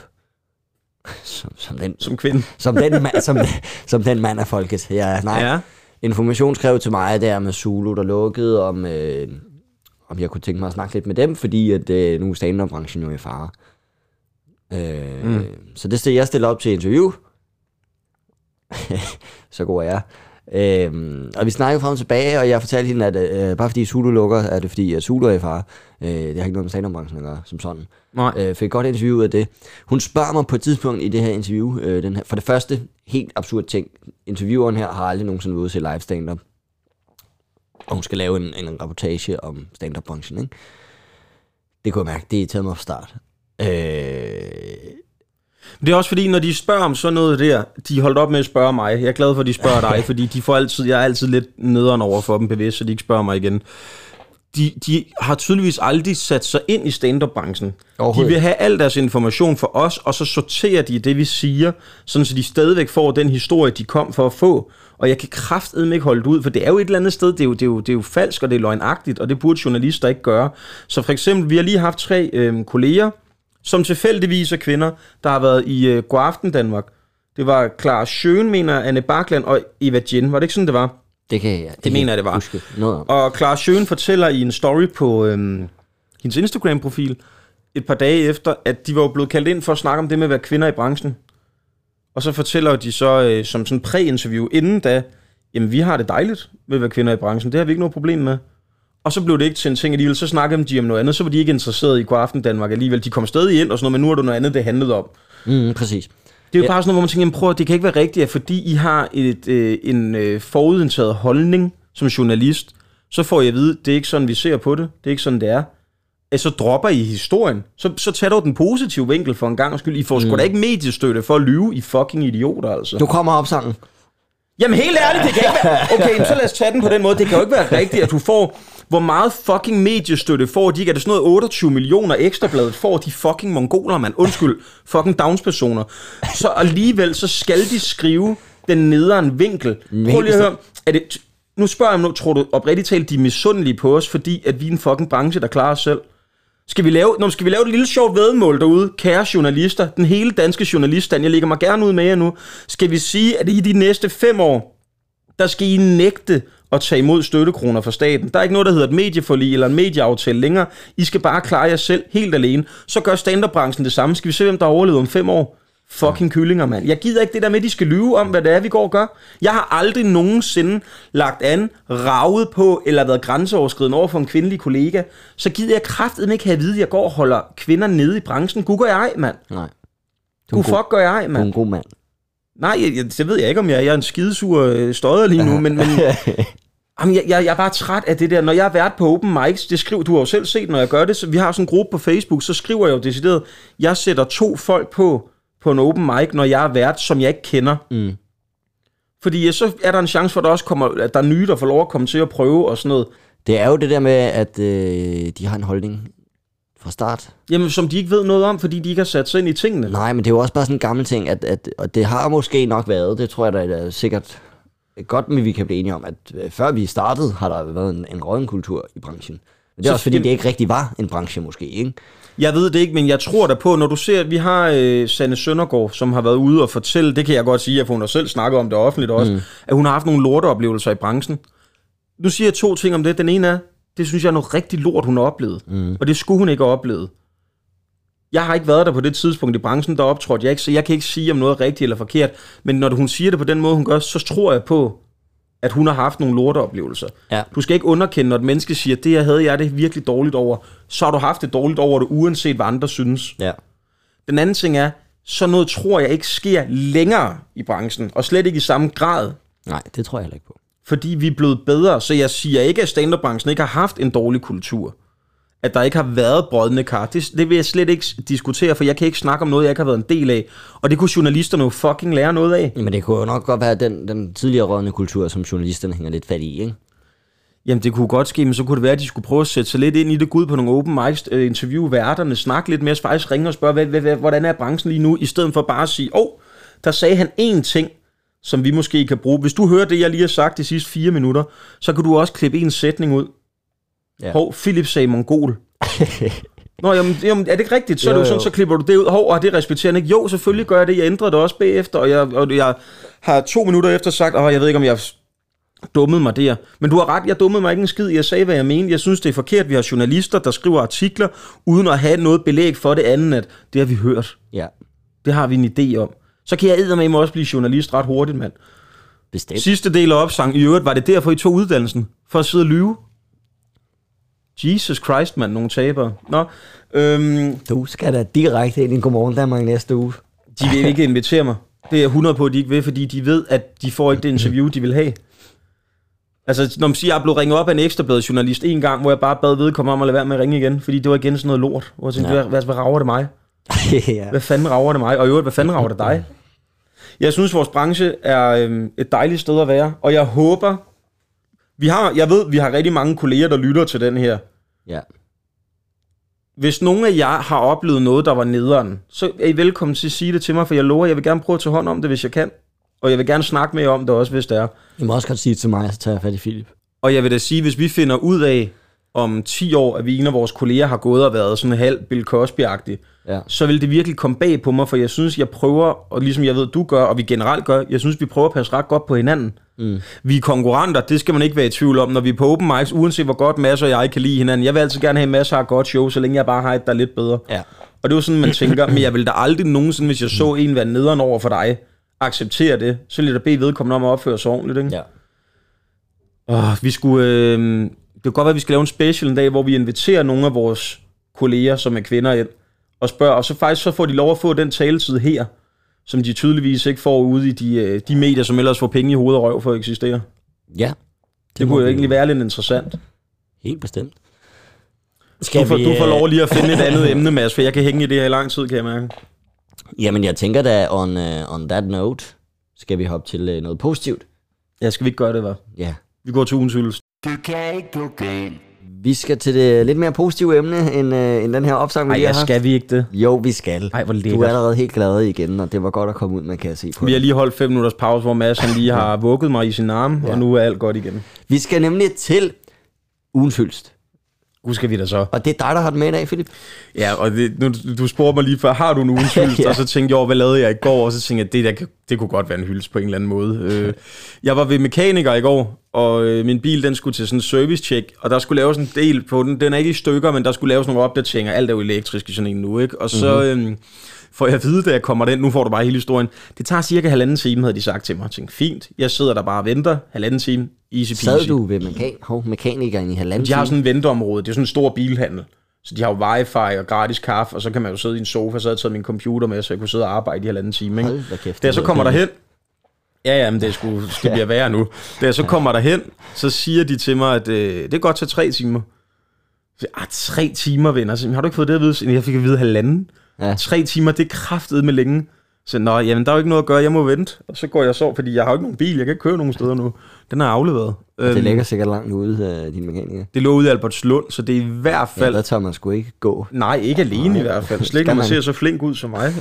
som kvinde. Som den mand af folket. Ja. Information skrev til mig der med Zulu, der lukkede, om jeg kunne tænke mig at snakke lidt med dem, fordi at nu er stand-up-branchen jo i fare. Så det jeg stiller op til interview. Så god er jeg. Og vi snakkede frem og tilbage, og jeg fortalte hende, at bare fordi Zulu lukker, er det fordi, at Zulu er i fare. Det har ikke noget med stand-up-branchen at gøre, som sådan. Fik godt interview af det. Hun spørger mig på et tidspunkt i det her interview, for det første, helt absurd ting. Intervieweren her har aldrig nogensinde ude til live stand-up. Og hun skal lave en reportage om stand-up-branchen, ikke? Det kunne jeg mærke, det er taget mig fra start. Det er også fordi, når de spørger om sådan noget der, de holdt op med at spørge mig. Jeg er glad for, at de spørger dig, fordi jeg er altid lidt nederen over for dem bevidst, så de ikke spørger mig igen. De har tydeligvis aldrig sat sig ind i stand-up-branchen. De vil have al deres information for os, og så sorterer de det, vi siger, sådan så de stadigvæk får den historie, de kom for at få. Og jeg kan kraftedeme ikke holde det ud, for det er jo et eller andet sted, det er jo falsk, og det er løgnagtigt, og det burde journalister ikke gøre. Så for eksempel, vi har lige haft 3 kolleger, som tilfældigvis er kvinder, der har været i Godaften Danmark. Det var Clara Schøn, mener Anne Bakland og Eva Jen. Var det ikke sådan, det var? Det mener jeg, det var. Og Clara Schøn fortæller i en story på hendes Instagram-profil et par dage efter, at de var blevet kaldt ind for at snakke om det med at være kvinder i branchen. Og så fortæller de så som sådan præ-interview inden da, jamen vi har det dejligt med at være kvinder i branchen. Det har vi ikke noget problem med. Og så blev det ikke til en ting alligevel. Så snakkede de om noget andet. Så var de ikke interesseret i Godaften Danmark alligevel. De kom stadig ind og sådan noget, men nu er det noget andet, det handlede om. Præcis. Det er jo bare sådan noget, hvor man tænker, prøv, det kan ikke være rigtigt, at fordi I har en forudindtaget holdning som journalist, så får jeg at vide, det er ikke sådan, vi ser på det. Det er ikke sådan, det er. Så dropper I historien. Så tager du den positive vinkel for en gang og skyld. I får sgu da ikke mediestøtte for at lyve, I fucking idioter, altså. Du kommer op sangen. Jamen helt ærligt, det kan ikke være... Okay, så lad os tage den på den måde. Det kan jo ikke være rigtigt, at du får... Hvor meget fucking mediestøtte får de ikke? Er det sådan noget 28 millioner ekstrabladet får de fucking mongoler, mand? Undskyld, fucking downs-personer. Så alligevel, så skal de skrive den nederen vinkel. Prøv lige at høre. Nu spørger jeg, tror du oprigtigt talt, de er misundelige på os, fordi at vi er en fucking branche, der klarer os selv? Skal vi lave et lille sjovt væddemål derude, kære journalister, den hele danske journaliststand, jeg lægger mig gerne ud med jer nu. Skal vi sige, at i de næste 5 år, der skal I nægte at tage imod støttekroner fra staten. Der er ikke noget, der hedder et medieforlig eller en medieaftale længere. I skal bare klare jer selv helt alene. Så gør stand-up-branchen det samme. Skal vi se, hvem der overlever om 5 år? Fucking kyllinger, mand. Jeg gider ikke det der med, at de skal lyve om, hvad det er, vi går og gør. Jeg har aldrig nogensinde lagt an, raget på eller været grænseoverskridende over for en kvindelig kollega. Så gider jeg kraftedeme ikke have at vide, at jeg går og holder kvinder nede i branchen. Gud gør jeg, mand. Nej. Fuck gør jeg, mand. Du er en god mand. Nej, det ved jeg ikke, om jeg er en skidesur støder lige nu, men jamen, jeg er bare træt af det der. Når jeg har været på open mics, det skriver, du har jo selv set, når jeg gør det, så vi har sådan en gruppe på Facebook, så skriver jeg jo decideret, jeg sætter 2 folk på en open mic, når jeg er vært, som jeg ikke kender. Fordi så er der en chance for, at der er nye, der får lov at komme til at prøve og sådan noget. Det er jo det der med, at de har en holdning fra start. Jamen, som de ikke ved noget om, fordi de ikke har sat sig ind i tingene. Nej, men det er jo også bare sådan en gammel ting, og det har måske nok været, det tror jeg, der er sikkert godt, men vi kan blive enige om, at før vi startede, har der været en rådden kultur i branchen. Men det er også fordi, det ikke rigtig var en branche måske, ikke? Jeg ved det ikke, men jeg tror der på, når du ser, at vi har Sanne Søndergaard, som har været ude og fortælle, det kan jeg godt sige, at hun har selv snakket om det offentligt også, at hun har haft nogle lorteoplevelser i branchen. Nu siger jeg 2 ting om det. Den ene er, det synes jeg er noget rigtig lort, hun har oplevet. Og det skulle hun ikke have oplevet. Jeg har ikke været der på det tidspunkt i branchen, der optrådte jeg ikke, så jeg kan ikke sige om noget er rigtigt eller forkert. Men når hun siger det på den måde, hun gør, så tror jeg på, at hun har haft nogle lorteoplevelser. Ja. Du skal ikke underkende, når et menneske siger, det havde jeg det virkelig dårligt over, så har du haft det dårligt over det, uanset hvad andre synes. Ja. Den anden ting er, så noget tror jeg ikke sker længere i branchen, og slet ikke i samme grad. Nej, det tror jeg heller ikke på. Fordi vi er blevet bedre, så jeg siger ikke, at stand-up-branchen ikke har haft en dårlig kultur. At der ikke har været brodne kar. Det vil jeg slet ikke diskutere, for jeg kan ikke snakke om noget, jeg ikke har været en del af. Og det kunne journalisterne jo fucking lære noget af. Men det kunne jo nok godt være den tidligere rådne kultur, som journalisterne hænger lidt fat i, ikke? Jamen, det kunne godt ske, men så kunne det være, at de skulle prøve at sætte sig lidt ind i det, gå ud på nogle open mics, interviewe værterne, snakke lidt mere, faktisk ringe og spørge, hvordan er branchen lige nu, i stedet for bare at sige, der sagde han én ting, som vi måske kan bruge. Hvis du hører det, jeg lige har sagt de sidste 4 minutter, så kan du også klippe en sætning ud. Ja. Philip sagde mongol. Nå, jamen, er det ikke rigtigt? Så er det jo sådan, så klipper du det ud. Det respekterer han ikke. Jo, selvfølgelig gør jeg det. Jeg ændrede det også bagefter, og jeg har 2 minutter efter sagt, jeg ved ikke, om jeg dummede mig der. Men du har ret, jeg dummede mig ikke en skid. Jeg sagde, hvad jeg mente. Jeg synes, det er forkert. Vi har journalister, der skriver artikler, uden at have noget belæg for det andet, at det har vi hørt. Ja. Det har vi en idé om. Så kan jeg eddermame også blive journalist ret hurtigt, mand. Bestemt. Sidste del af opsang, i øvrigt, var det derfor, I tog uddannelsen? For at sidde og lyve? Jesus Christ, mand, nogle tabere. Nå, Du skal da direkte ind i Godmorgen Danmark næste uge. De vil ikke invitere mig. Det er 100 på, at de ikke vil, fordi de ved, at de får ikke det interview, de vil have. Altså, når man siger, at jeg er blevet ringet op af en ekstrabladet journalist en gang, hvor jeg bare bad vedkommende om at lade være med at ringe igen, fordi det var igen sådan noget lort. Hvor jeg tænkte, hvad rager det mig? Ja. Hvad fanden rager det mig? Og i øvrigt, hvad fanden rager det dig? Jeg synes, vores branche er et dejligt sted at være, og jeg håber, jeg ved, vi har rigtig mange kolleger, der lytter til den her. Ja. Hvis nogen af jer har oplevet noget, der var nederen, så er I velkommen til at sige det til mig, for jeg lover, jeg vil gerne prøve at tage hånd om det, hvis jeg kan. Og jeg vil gerne snakke med jer om det også, hvis det er. I må også godt sige det til mig, så tager jeg fat i Philip. Og jeg vil da sige, hvis vi finder ud af om 10 år, at vi en af vores kolleger har gået og været sådan halv Bill Cosby-agtig, så vil det virkelig komme bag på mig, for jeg synes, jeg prøver, og ligesom jeg ved, du gør, og vi generelt gør, jeg synes, vi prøver at passe ret godt på hinanden. Vi er konkurrenter, det skal man ikke være i tvivl om, når vi er på open mics, uanset hvor godt Mads og jeg kan lide hinanden. Jeg vil altid gerne have masser af godt show, så længe jeg bare har et, der er lidt bedre. Ja. Og det er jo sådan, man tænker, men jeg vil da aldrig nogensinde, hvis jeg så en være nederen over for dig, acceptere det, så vil jeg da bede vedkommende om at opføre sig ordentligt, ikke? Ja. Vi skulle... det kan godt være, at vi skal lave en special en dag, hvor vi inviterer nogle af vores kolleger, som er kvinder, ind, og spørger, og så faktisk så får de lov at få den taletid her, som de tydeligvis ikke får ude i de medier, som ellers får penge i hovedet og røv for at eksistere. Ja. Det kunne jo egentlig være lidt interessant. Helt bestemt. Du får lov lige at finde et andet emne, Mads, for jeg kan hænge i det her i lang tid, kan jeg mærke. Jamen, jeg tænker da, on that note, skal vi hoppe til noget positivt. Ja, skal vi ikke gøre det, hva'? Ja. Vi går til ugens hyldest. Du kan ikke gå galt. Vi skal til det lidt mere positive emne, end den her opsang, vi lige har haft. Skal vi ikke det? Jo, vi skal. Ej, hvor lækkert. Du er allerede helt glad igen, og det var godt at komme ud, man kan se på. Vi har lige holdt 5 minutters pause, hvor Mads han lige har vugget mig i sin arm, og nu er alt godt igen. Vi skal nemlig til ugens hyldest. Skal vi da så. Og det er dig, der har den med i dag, Philip. Ja, og du spurgte mig lige før, har du en ugens hyldest? Ja. Og så tænkte jeg, hvad lavede jeg i går? Og så tænkte jeg, det kunne godt være en hyldest på en eller anden måde. Jeg var ved mekaniker i går, og min bil, den skulle til sådan en service-check, og der skulle laves en del på den. Den er ikke i stykker, men der skulle laves nogle opdateringer. Alt er jo elektrisk i sådan en nu, ikke? Og så får jeg at vide, da jeg kommer den, nu får du bare hele historien. Det tager cirka 1,5 time, havde de sagt til mig. Jeg tænkte, fint, jeg sidder der bare og venter. 1,5 time, easy peasy. Sad du ved mekanikeren i 1,5 time? De har sådan en venteområde, det er sådan en stor bilhandel. Så de har jo wifi og gratis kaffe, og så kan man jo sidde i en sofa, så havde jeg taget min computer med, så jeg kunne sidde og arbejde i 1,5 time. Ikke? Da jeg så kommer derhen, men det bliver værre nu. Da jeg så kommer derhen, så siger de til mig, at det kan godt tage 3 timer. Så, 3 timer, venner. Har du ikke fået det at vide? Jeg fik at vide 1,5. Ja. 3 timer, det er kraftedeme med længe. Så jamen, der er jo ikke noget at gøre, jeg må vente. Og så går jeg så, fordi jeg har jo ikke nogen bil, jeg kan ikke køre nogen steder nu. Den er afleveret. Det ligger sikkert langt ude af din mekaniker. Det lå ude i Albertslund, så det er i hvert fald... Ja, der tør man sgu ikke gå. Nej, ikke alene i hvert fald. Slet ikke, når man ser så flink ud som mig.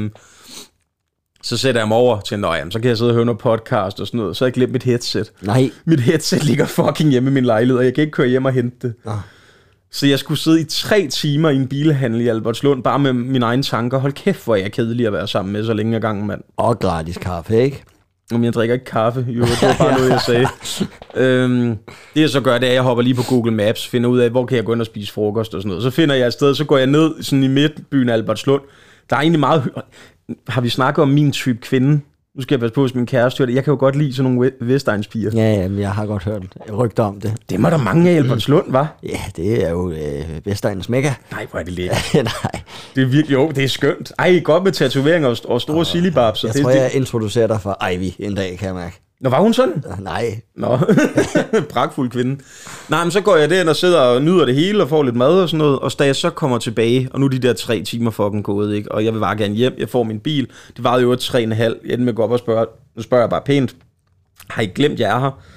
Så sætter jeg mig over til, så kan jeg sidde og høre noget podcast og sådan noget. Så har jeg glemt mit headset. Nej. Mit headset ligger fucking hjemme i min lejlighed, og jeg kan ikke køre hjem og hente det. Så jeg skulle sidde i 3 timer i en bilhandel i Albertslund, bare med mine egne tanker. Hold kæft, hvor er jeg kedelig at være sammen med så længe ad gangen, mand. Og gratis kaffe, ikke? Jamen, jeg drikker ikke kaffe. Jo, det var bare noget, jeg sagde. Det jeg så gør, det er, at jeg hopper lige på Google Maps, finder ud af, hvor kan jeg gå ind og spise frokost og sådan noget. Så finder jeg et sted, så går jeg ned sådan i midtbyen af Albertslund. Der er egentlig meget... Har vi snakket om min type kvinde? Nu skal jeg passe på, hvis min kæreste hører det. Jeg kan jo godt lide sådan nogle Vestegnspiger. Ja, men jeg har godt hørt rygter om det. Det må der mange af Albertslund, hva'? Ja, det er jo Vestegnens mekka. Nej, hvor er det lækkert. Nej. Det er virkelig, det er skønt. Ej, godt med tatoveringer og store silibabs. Jeg tror, jeg introducerer dig for Ivy en dag, kan jeg mærke. Nå, var hun sådan? Nej. Nå, pragtfuld kvinde. Nej, men så går jeg derind og sidder og nyder det hele og får lidt mad og sådan noget. Og da jeg så kommer tilbage, og nu er de der 3 timer fucking gået, ikke? Og jeg vil bare gerne hjem, jeg får min bil. Det varede jo 3,5. Jeg endte med at gå op og spørge. Nu spørger jeg bare pænt. Har I glemt, jeg er her?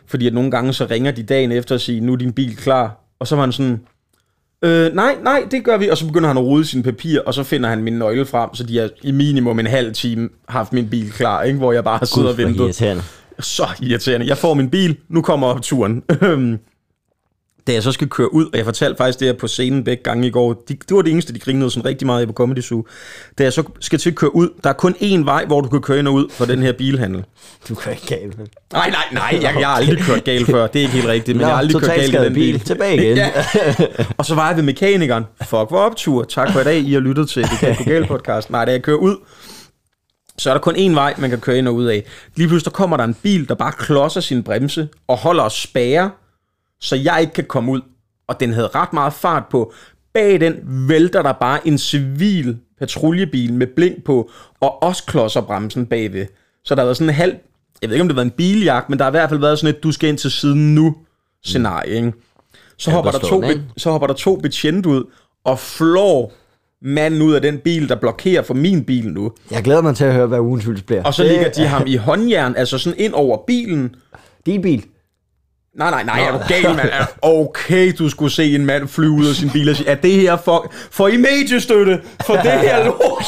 Fordi at nogle gange så ringer de dagen efter og siger, nu er din bil klar. Og så var han sådan, nej, det gør vi. Og så begynder han at rode sine papirer, og så finder han min nøgle frem, så de har i minimum en halv time haft min bil klar, ikke? Hvor jeg bare har siddet og ventet. Irriterende. Så irriterende. Jeg får min bil, nu kommer opturen. Da jeg så skal køre ud, og jeg fortalte faktisk det her på scenen begge gange i går, det var det eneste, de grinede sådan rigtig meget i på Comedy Zoo. Da jeg så skal til at køre ud, der er kun én vej, hvor du kan køre ind og ud for den her bilhandel. Du kører ikke galt. Nej, jeg har aldrig kørt galt før, det er ikke helt rigtigt, men jeg har aldrig kørt galt i den bil. Tilbage igen. Ja. Og så var jeg ved mekanikeren. Fuck, hvor optur. Tak for i dag, I har lyttet til Det Kan Gå Galt podcast. Nej, da jeg kører ud, så er der kun én vej, man kan køre ind og ud af. Lige pludselig der kommer der en bil, der bare klodser sin bremse og holder og spærrer, så jeg ikke kan komme ud. Og den havde ret meget fart på. Bag den vælter der bare en civil patruljebil med blink på, og også klodser bremsen bagved. Så der har været sådan en halv, jeg ved ikke om det var en biljagt, men der har i hvert fald været sådan et, du skal ind til siden nu scenarie, ikke? Så hopper der to betjente ud, og flår manden ud af den bil, der blokerer for min bil nu. Jeg glæder mig til at høre, hvad ugens hyldes bliver. Og så ligger de ham i håndjern, altså sådan ind over bilen. Din bil? Nej, er du gal, mand? Okay, du skulle se en mand flyve ud af sin bil og sige, er det her for I mediestøtte? For det her lort?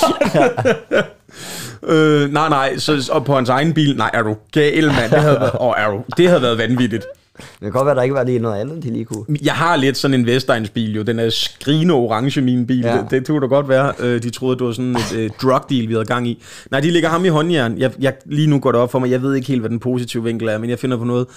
Nej, så, og på hans egen bil, nej, er du gal, mand? Det havde været vanvittigt. Det kan godt være, der ikke var lige noget andet, de lige kunne. Jeg har lidt sådan en Vestegns bil jo. Den er skrigende orange, min bil. Ja. Det kunne da godt være. De troede, det var sådan et drug deal, vi havde gang i. Nej, de ligger ham i håndjern. Jeg lige nu går det op for mig. Jeg ved ikke helt, hvad den positive vinkel er, men jeg finder på noget.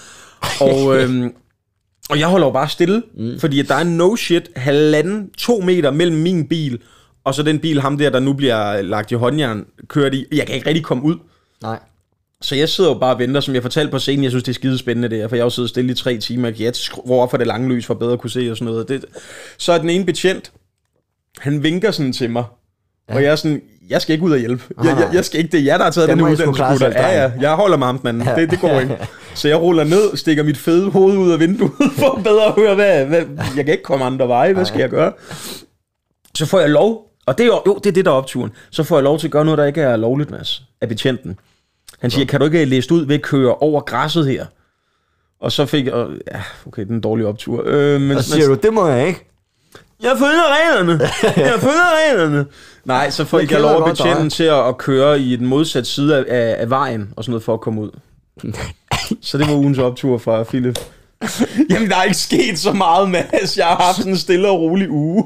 Og jeg holder jo bare stille, fordi der er no shit 1,5-2 meter mellem min bil, og så den bil, ham der nu bliver lagt i håndjern, kørt i. Jeg kan ikke rigtig komme ud. Nej. Så jeg sidder jo bare og venter, som jeg fortalte på scenen. Jeg synes, det er skidespændende det her, for jeg har jo siddet stille i 3 timer. Jeg kan skrue op for det lange lys, for bedre at kunne se og sådan noget. Så er den ene betjent, han vinker sådan til mig, og jeg er sådan, jeg skal ikke ud og hjælpe. Jeg skal ikke, det er jer, der har taget den uddannelse. Ja, jeg holder mig om den. Det går ikke. Så jeg ruller ned, stikker mit fede hoved ud af vinduet, for bedre at høre, hvad jeg kan ikke komme andre veje, hvad skal jeg gøre? Så får jeg lov, og det er det er der opturen, så får jeg lov til at gøre noget, der ikke er lovligt, Mads, af betjenten. Han siger, kan du ikke læse ud ved at køre over græsset her? Og så fik jeg, okay, den er en dårlig optur. Og siger du, det må jeg ikke. Jeg følger reglerne. Nej, så fik jeg lov at betjenten til at køre i den modsatte side af vejen, og sådan noget for at komme ud. Så det var ugens optur fra Philip. Jamen, der er ikke sket så meget, Mads. Jeg har haft sådan en stille og rolig uge.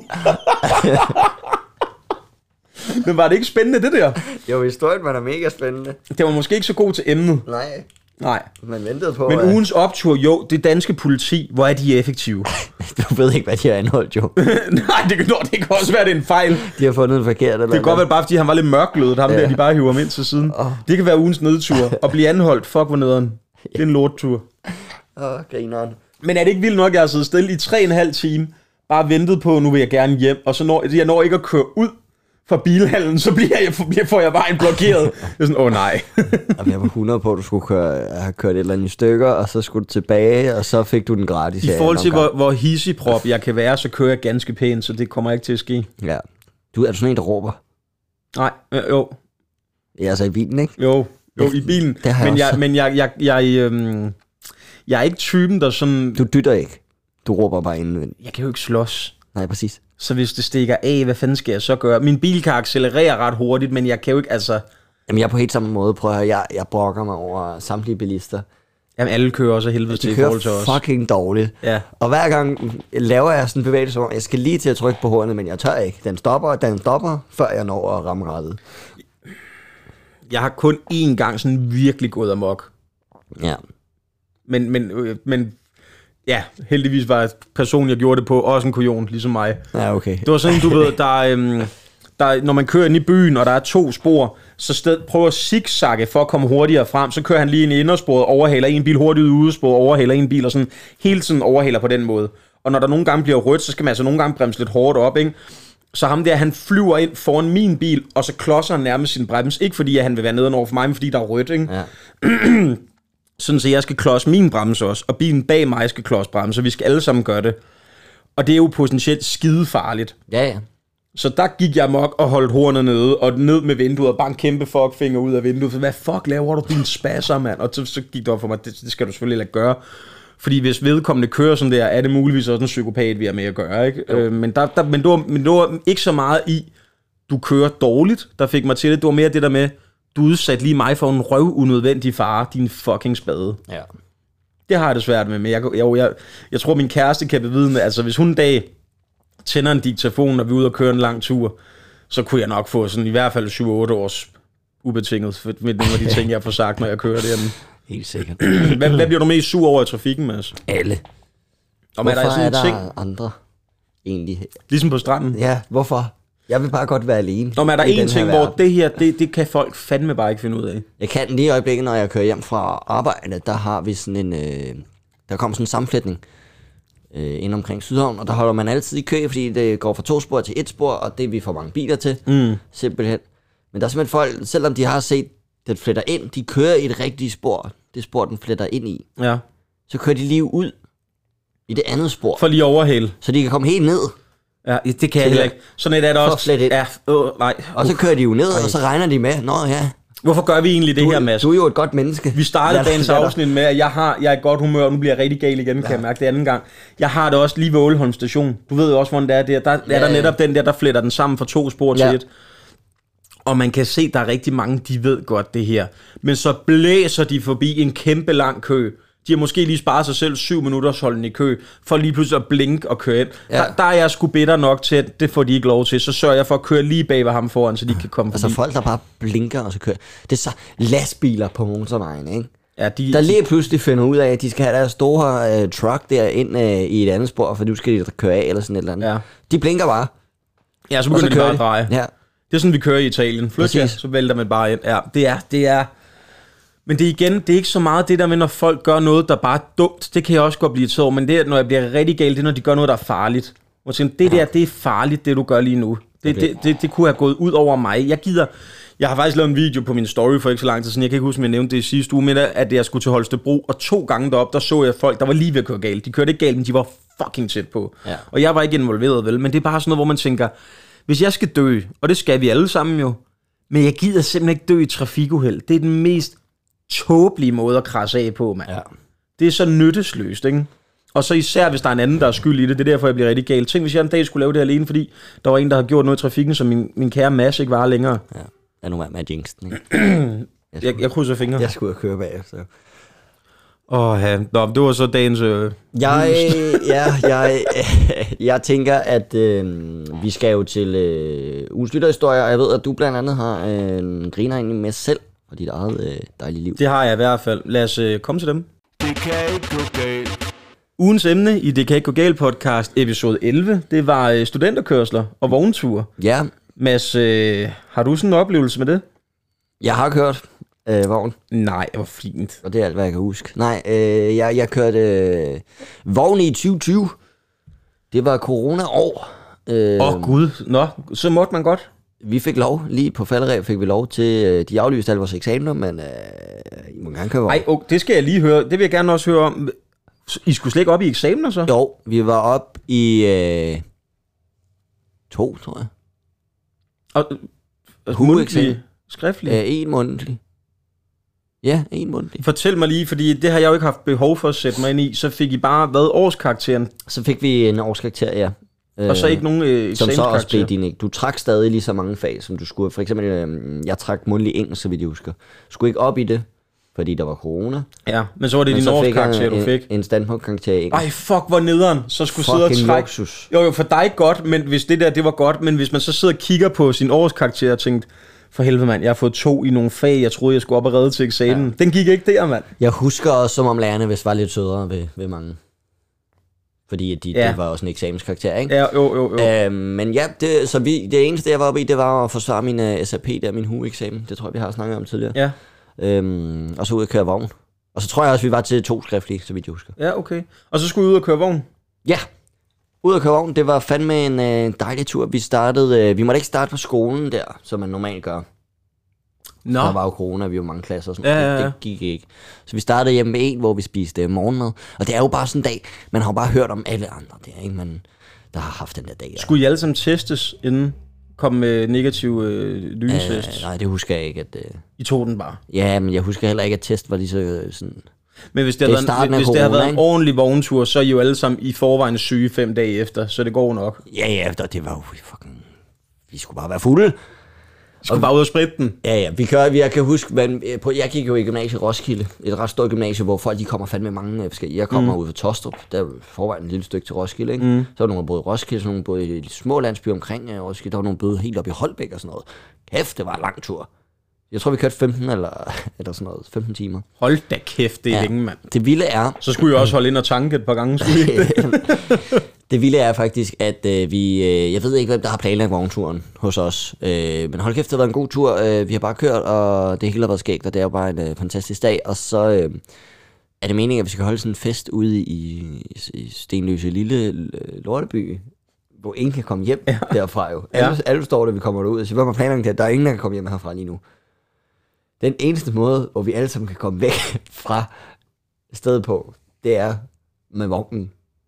Men var det ikke spændende, det der? Jo, historien var da mega spændende. Det var måske ikke så god til emnet. Nej. Man ventede på. Men ugens optur, jo, det danske politi, hvor er de effektive? Du ved ikke, hvad de har anholdt, jo. Nej, det kan også være, det er en fejl. De har fundet en forkert. Eller det kan godt være bare, fordi han var lidt mørklødet, ham der, de bare hiver ham ind til siden. Det kan være ugens nedtur. At blive anholdt, fuck hvor nederen. Det er en lorttur. Grineren. Men er det ikke vildt nok, at jeg har siddet stille i 3,5 timer, bare ventet på, nu vil jeg gerne hjem, og så når jeg når ikke at køre ud fra bilhallen, så får jeg vejen blokeret. Det er sådan, nej. Jeg var 100 på, at du skulle have kørt et eller andet i stykker, og så skulle du tilbage, og så fik du den gratis. I forhold til, hvor hissigprop jeg kan være, så kører jeg ganske pænt, så det kommer ikke til at ske. Ja. Er du sådan en, der råber? Nej, jo. Ja, altså i bilen, ikke? Jo, i bilen. Men jeg er ikke typen, der sådan... Du dytter ikke. Du råber bare indvendigt. Jeg kan jo ikke slås. Nej, præcis. Så hvis det stikker af, hvad fanden skal jeg så gøre? Min bil kan accelerere ret hurtigt, men jeg kan jo ikke, altså... Jamen, jeg er på helt samme måde, prøver jeg brokker mig over samtlige bilister. Jamen, alle kører også helvede til i forhold til os. De kører fucking dårligt. Ja. Og hver gang laver jeg sådan en bevægelse, hvor jeg skal lige til at trykke på hornet, men jeg tør ikke. Den stopper, før jeg når at ramme rettet. Jeg har kun én gang sådan virkelig gået amok. Ja. Men ja, heldigvis var personen, jeg gjorde det på, også en kujon, ligesom mig. Ja, okay. Det var sådan, du ved, der, når man kører ind i byen, og der er 2 spor, så prøver at zigzagge for at komme hurtigere frem, så kører han lige ind i indersporet, overhaler en bil hurtigt ud i udesporet, overhaler en bil, og sådan hele tiden overhaler på den måde. Og når der nogle gange bliver rødt, så skal man altså nogle gange bremse lidt hårdt op, ikke? Så ham der, han flyver ind foran min bil, og så klodser han nærmest sin brems. Ikke fordi, at han vil være nede over for mig, men fordi der er rødt, ikke? Ja. Sådan så jeg skal klodse min bremse også, og bilen bag mig skal klodse bremse, så vi skal alle sammen gøre det. Og det er jo potentielt skidefarligt. Ja. Så der gik jeg amok og holdt hornet nede, og ned med vinduet, og bare en kæmpe fuckfinger ud af vinduet. Så hvad fuck laver du, din spasser, mand? Og så gik det op for mig, det skal du selvfølgelig ikke gøre. Fordi hvis vedkommende kører sådan der, er det muligvis også en psykopat, vi er med at gøre, ikke? Men det var ikke så meget i, du kører dårligt, der fik mig til det. Det var mere det der med, du udsatte lige mig for en unødvendig fare, din fucking spade. Ja. Det har jeg det svært med, men jeg tror, min kæreste kan bevidne, altså hvis hun en dag tænder en diktafon, og vi er ude og køre en lang tur, så kunne jeg nok få sådan i hvert fald 7-8 års ubetinget med nogle af de ting, jeg får sagt, når jeg kører derinde. Helt sikkert. Hvad bliver du mest sur over i trafikken, Mads? Alle. Og Hvorfor er der andre egentlig? Ligesom på stranden? Ja, hvorfor? Jeg vil bare godt være alene. Når er der en ting, hvor det her, det kan folk fandme bare ikke finde ud af. Jeg kan lige i øjeblikket, når jeg kører hjem fra arbejde, der har vi sådan en, der kommer sådan en sammenflætning ind omkring Sydhavn, og der holder man altid i kø, fordi det går fra 2 spor til 1 spor, og det er vi for mange biler til, simpelthen. Men der er simpelthen folk, selvom de har set, den fletter ind, de kører i et rigtigt spor, det spor, den fletter ind i. Ja. Så kører de lige ud i det andet spor. For lige overhale. Så de kan komme helt ned. Ja, det kan jeg heller ikke. Sådan et er det også. Ja, nej. Og så kører de jo ned, og så regner de med. Nå ja. Hvorfor gør vi egentlig det her, Mads? Du er jo et godt menneske. Vi startede dagens afsnit med, at jeg er i godt humør, og nu bliver jeg rigtig gal igen, kan jeg mærke det anden gang. Jeg har det også lige ved Ålholm station. Du ved jo også, hvordan det er der. Der er der netop den der fletter den sammen fra 2 spor til 1. Og man kan se, der er rigtig mange, de ved godt det her. Men så blæser de forbi en kæmpe lang kø. De har måske lige sparet sig selv 7 minutters holden i kø, for lige pludselig at blinke og køre ind. Ja. Der er jeg sgu bitter nok til, at det får de ikke lov til. Så sørger jeg for at køre lige bag ved ham foran, så de kan komme forbi. Altså folk, der bare blinker og så kører. Det er så lastbiler på motorvejen, ikke? Ja, der lige pludselig finder ud af, at de skal have deres store truck der ind i et andet spor, for nu skal de køre af eller sådan et eller andet. Ja. De blinker bare. Ja, så begynder de bare at dreje. Ja. Det er sådan, vi kører i Italien. Flyt, så vælter man bare ind. Ja, det er... Men det er ikke så meget det der med, når folk gør noget, der bare er dumt. Det kan jeg også godt blive til over. Men det, når jeg bliver rigtig galt, det er, når de gør noget, der er farligt. Og tænker, det er farligt, det du gør lige nu. Det kunne have gået ud over mig. Jeg har faktisk lavet en video på min story for ikke så lang tid siden. Jeg kan ikke huske, om jeg nævnte det i sidste uge, men at jeg skulle til Holstebro. Og 2 gange derop, der så jeg folk, der var lige ved at køre galt. De kørte ikke galt, men de var fucking tæt på. Ja. Og jeg var ikke involveret, vel. Men det er bare sådan noget, hvor man tænker, hvis jeg skal dø, og det skal vi alle sammen jo, men jeg gider simpelthen ikke dø i trafikuheld. Det er den mest tåbelige måde at krasse af på, mand. Ja. Det er så nyttesløst, ikke? Og så især, hvis der er en anden, der er skyld i det. Det er derfor, jeg bliver rigtig gal. Tænk, hvis jeg en dag skulle lave det alene, fordi der var en, der har gjort noget i trafikken, som min kære Mads ikke var længere. Ja, det er nu med jinxen, ikke? Jeg krydser fingre. Jeg skulle køre bagefter. Det var så dagens... Jeg tænker, at vi skal jo til ugens lytterhistorier, og jeg ved, at du blandt andet har en griner egentlig med selv og dit eget dejlige liv. Det har jeg i hvert fald. Lad os komme til dem. Det kan ikke gå galt. Ugens emne i Det kan ikke gå galt podcast, episode 11, det var studenterkørsler og vognture. Ja. Mads, har du sådan en oplevelse med det? Jeg har kørt vogn. Nej, hvor fint. Og det er alt, hvad jeg kan huske. Nej, jeg kørte vogn i 2020. Det var corona-år. Gud. Nå, så måtte man godt. Vi fik lov, lige på falderæb fik vi lov til, de aflyste alle vores eksamener, men I må gerne køre vogn. Ej, det skal jeg lige høre, det vil jeg gerne også høre om. I skulle slet ikke op i eksamener så? Jo, vi var op i 2, tror jeg. Og mundtlig, skriftlig? 1 mundtlig. Ja, 1 mundtlig. Fortæl mig lige, fordi det har jeg jo ikke haft behov for at sætte mig ind i, så fik I bare, hvad, årskarakteren? Så fik vi en årskarakter, ja. Og så ikke nogen som så også blev din ikke. Du trak stadig lige så mange fag, som du skulle. For eksempel, jeg trak mundtlig engelsk, så vidt jeg husker. Skulle ikke op i det, fordi der var corona. Ja, men så var det din årskarakter, du fik. En standpunktkarakter i engelsk. Ej, fuck, hvor nederen. Så skulle sidde og trække. Luksus. Jo, for dig godt, men hvis det var godt, men hvis man så sidder og kigger på sin årskarakter og tænkte, for helvede mand, jeg har fået 2 i nogle fag, jeg troede, jeg skulle op og redde til eksamen. Ja. Den gik ikke der, mand. Jeg husker også, som om lærerne vist var lidt sødere ved mange. Fordi det var også en eksamenskarakter, ikke? Ja, jo. Men ja, det eneste, jeg var oppe i, det var at forsvare min SAP der, min HU-eksamen. Det tror jeg, vi har snakket om tidligere. Ja. Og så ud at køre vogn. Og så tror jeg også, vi var til 2 skriftlige, så vidt jeg husker. Ja, okay. Og så skulle I ud og køre vogn? Ja, ud at køre vogn. Det var fandme en dejlig tur. Vi måtte ikke starte på skolen der, som man normalt gør. Nå. Der var jo corona, vi var mange klasser og sådan noget. Det gik ikke. Så vi startede hjemme med en, hvor vi spiste morgenmad. Og det er jo bare sådan en dag, man har jo bare hørt om alle andre der, ikke? der har haft den der dag. Skulle I alle sammen testes, inden kom med negativ lynetest? Nej, det husker jeg ikke. At, I tog den bare? Ja, men jeg husker heller ikke, at test var lige så sådan... Men hvis det har været en ordentlig vogntur, så er I jo alle sammen i forvejen syge 5 dage efter, så det går nok. Ja, det var jo fucking... Vi skulle bare være fulde. Vi skulle bare ud og spritte den. Ja, jeg kan huske, jeg gik jo i gymnasiet Roskilde, et ret stort gymnasie, hvor folk de kommer fandme mange forskellige. Jeg kommer ud fra Tostrup, der er forvejen en lille stykke til Roskilde, ikke? Så var nogle, der boede i Roskilde, så nogle boede i de små landsbyer omkring Roskilde, der var nogle boede helt op i Holbæk og sådan noget. Kæft, det var en lang tur. Jeg tror, vi kørte 15 eller sådan noget, 15 timer. Hold da kæft, det er længe, mand. Det vilde er... Så skulle I også holde ind og tanke et par gange, skulle I ikke? Det vilde er faktisk, at jeg ved ikke, hvem der har planlagt vognturen hos os. Men hold kæft, det har været en god tur. Vi har bare kørt, og det hele har været skægt, og det er jo bare en fantastisk dag. Og så er det meningen, at vi skal holde sådan en fest ude i Stenløse lille lorteby, hvor ingen kan komme hjem derfra jo. Alle står der, vi kommer derud. Så hvad man planlagt det, der er ingen, der kan komme hjem herfra lige nu. Den eneste måde, hvor vi alle sammen kan komme væk fra stedet på, det er med vognen.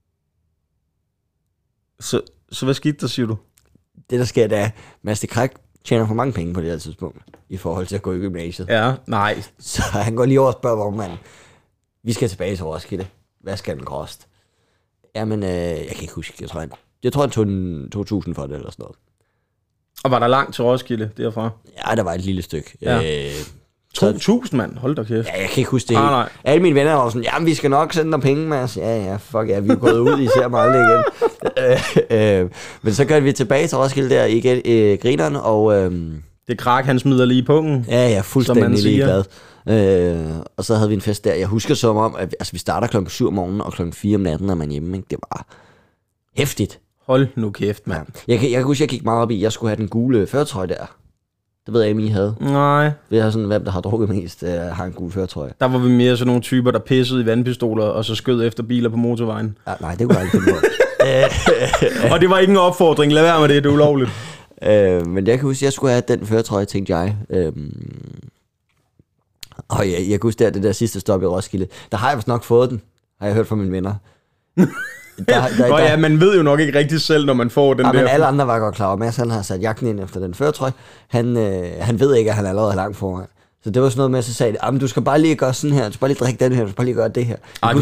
Så hvad skete der, siger du? Det, der sker, det er, Mads de Kræk tjener for mange penge på det her tidspunkt, i forhold til at gå i gymnasiet. Ja, nej. Så han går lige over og spørger vognmanden, vi skal tilbage til Roskilde. Hvad skal den koste? Jamen, jeg kan ikke huske. Jeg tror, han tog 2.000 for det, eller sådan noget. Og var der langt til Roskilde derfra? Ja, der var et lille stykke. Ja. 2.000, mand. Hold da kæft. Ja, jeg kan ikke huske det helt. Alle mine venner var sådan, jamen, vi skal nok sende dig penge, Mads. Ja, fuck ja, vi er gået ud, I ser mig aldrig igen. Men så kørte vi tilbage til Roskilde der igen, grineren, og... det Krak, han smider lige i pungen. Ja, fuldstændig ligeglad. Og så havde vi en fest der. Jeg husker som om, at vi starter klokken 7 om morgenen, og klokken 4 om natten er man hjemme. Ikke? Det var hæftigt. Hold nu kæft, mand. Jeg kan huske, jeg gik meget op i, jeg skulle have den gule førertrøje der. Det ved jeg ikke, I havde. Nej. Vi har sådan, hvem der har drukket mest, har en gul førertrøje. Der var vi mere sådan nogle typer, der pissede i vandpistoler, og så skød efter biler på motorvejen. Ja, nej, det kunne jeg ikke finde på. Og det var ikke en opfordring, lad være med det er ulovligt. Men jeg kan huske, at jeg skulle have den førertrøje, tænkte jeg. Og jeg kan huske, det der sidste stop i Roskilde, der har jeg vist nok fået den, har jeg hørt fra mine venner. Ja, man ved jo nok ikke rigtig selv, når man får den der. Men alle andre var godt klar over. Mads, han har sat jakken ind efter den førertrøje. Han ved ikke, at han allerede er langt foran. Så det var sådan noget med, at så sagde det, du skal bare lige gøre sådan her, du skal bare lige drikke den her, du skal bare lige gøre det her.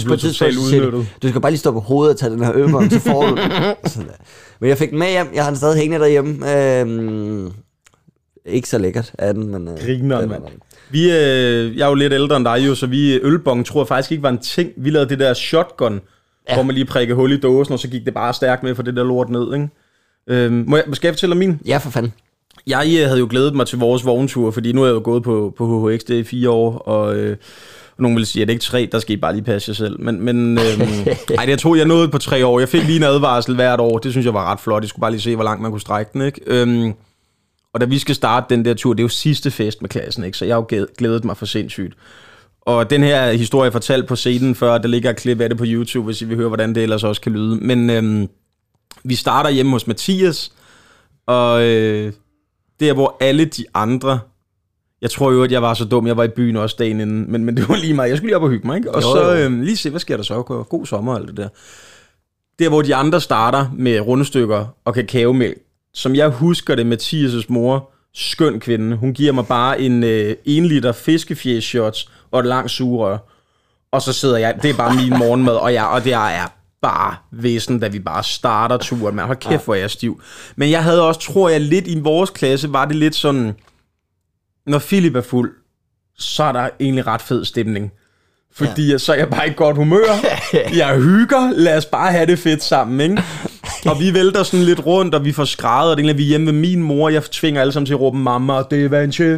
Du skal bare lige stå på hovedet og tage den her øvebånd, så får du sådan der. Men jeg fik den med hjem, jeg har den stadig hængende derhjemme. Ikke så lækkert af den, men... Griner, mand. Jeg er jo lidt ældre end dig jo, så ølbong tror jeg faktisk ikke var en ting. Vi lavede det der shotgun, hvor man lige prikkede hul i dåsen, og så gik det bare stærkt med for det der lort ned, ikke? Skal jeg fortælle min? Ja, for fanden. Jeg havde jo glædet mig til vores vogntur, fordi nu er jeg jo gået på HHX, det er 4 år, og nogen vil sige, at det ikke 3, der skal I bare lige passe jer selv. Men jeg tror, jeg nåede på 3 år. Jeg fik lige en advarsel hvert år, det synes jeg var ret flot. Jeg skulle bare lige se, hvor langt man kunne strække den, ikke? Og da vi skal starte den der tur, det er jo sidste fest med klassen, ikke? Så jeg har jo glædet mig for sindssygt. Og den her historie fortalt på scenen før, der ligger et klip af det på YouTube, hvis I vil høre, hvordan det ellers også kan lyde. Men vi starter hjemme hos Mathias, og det er, hvor alle de andre... Jeg tror jo, at jeg var så dum, jeg var i byen også dagen inden, men det var lige meget. Jeg skulle lige op og hygge mig, ikke? Og så lige se, hvad sker der så? God sommer og alt det der. Det er, hvor de andre starter med rundstykker og kakaomælk. Som jeg husker det, Mathias' mor, skøn kvinde, hun giver mig bare en 1 liter fiskefjæs-shots og et langt sugerør. Og så sidder jeg, det er bare min morgenmad, og det er bare væsen, da vi bare starter turen. Man, hold kæft, hvor jeg er stiv. Men jeg havde også, tror jeg, lidt i vores klasse, var det lidt sådan, når Philip er fuld, så er der egentlig ret fed stemning. Fordi så er jeg bare i godt humør. Jeg hygger, lad os bare have det fedt sammen, ikke? Og vi vælter sådan lidt rundt, og vi får skrædet, og det er vi er hjemme med min mor. Jeg tvinger alle sammen til at råbe, mamma, det er vanche,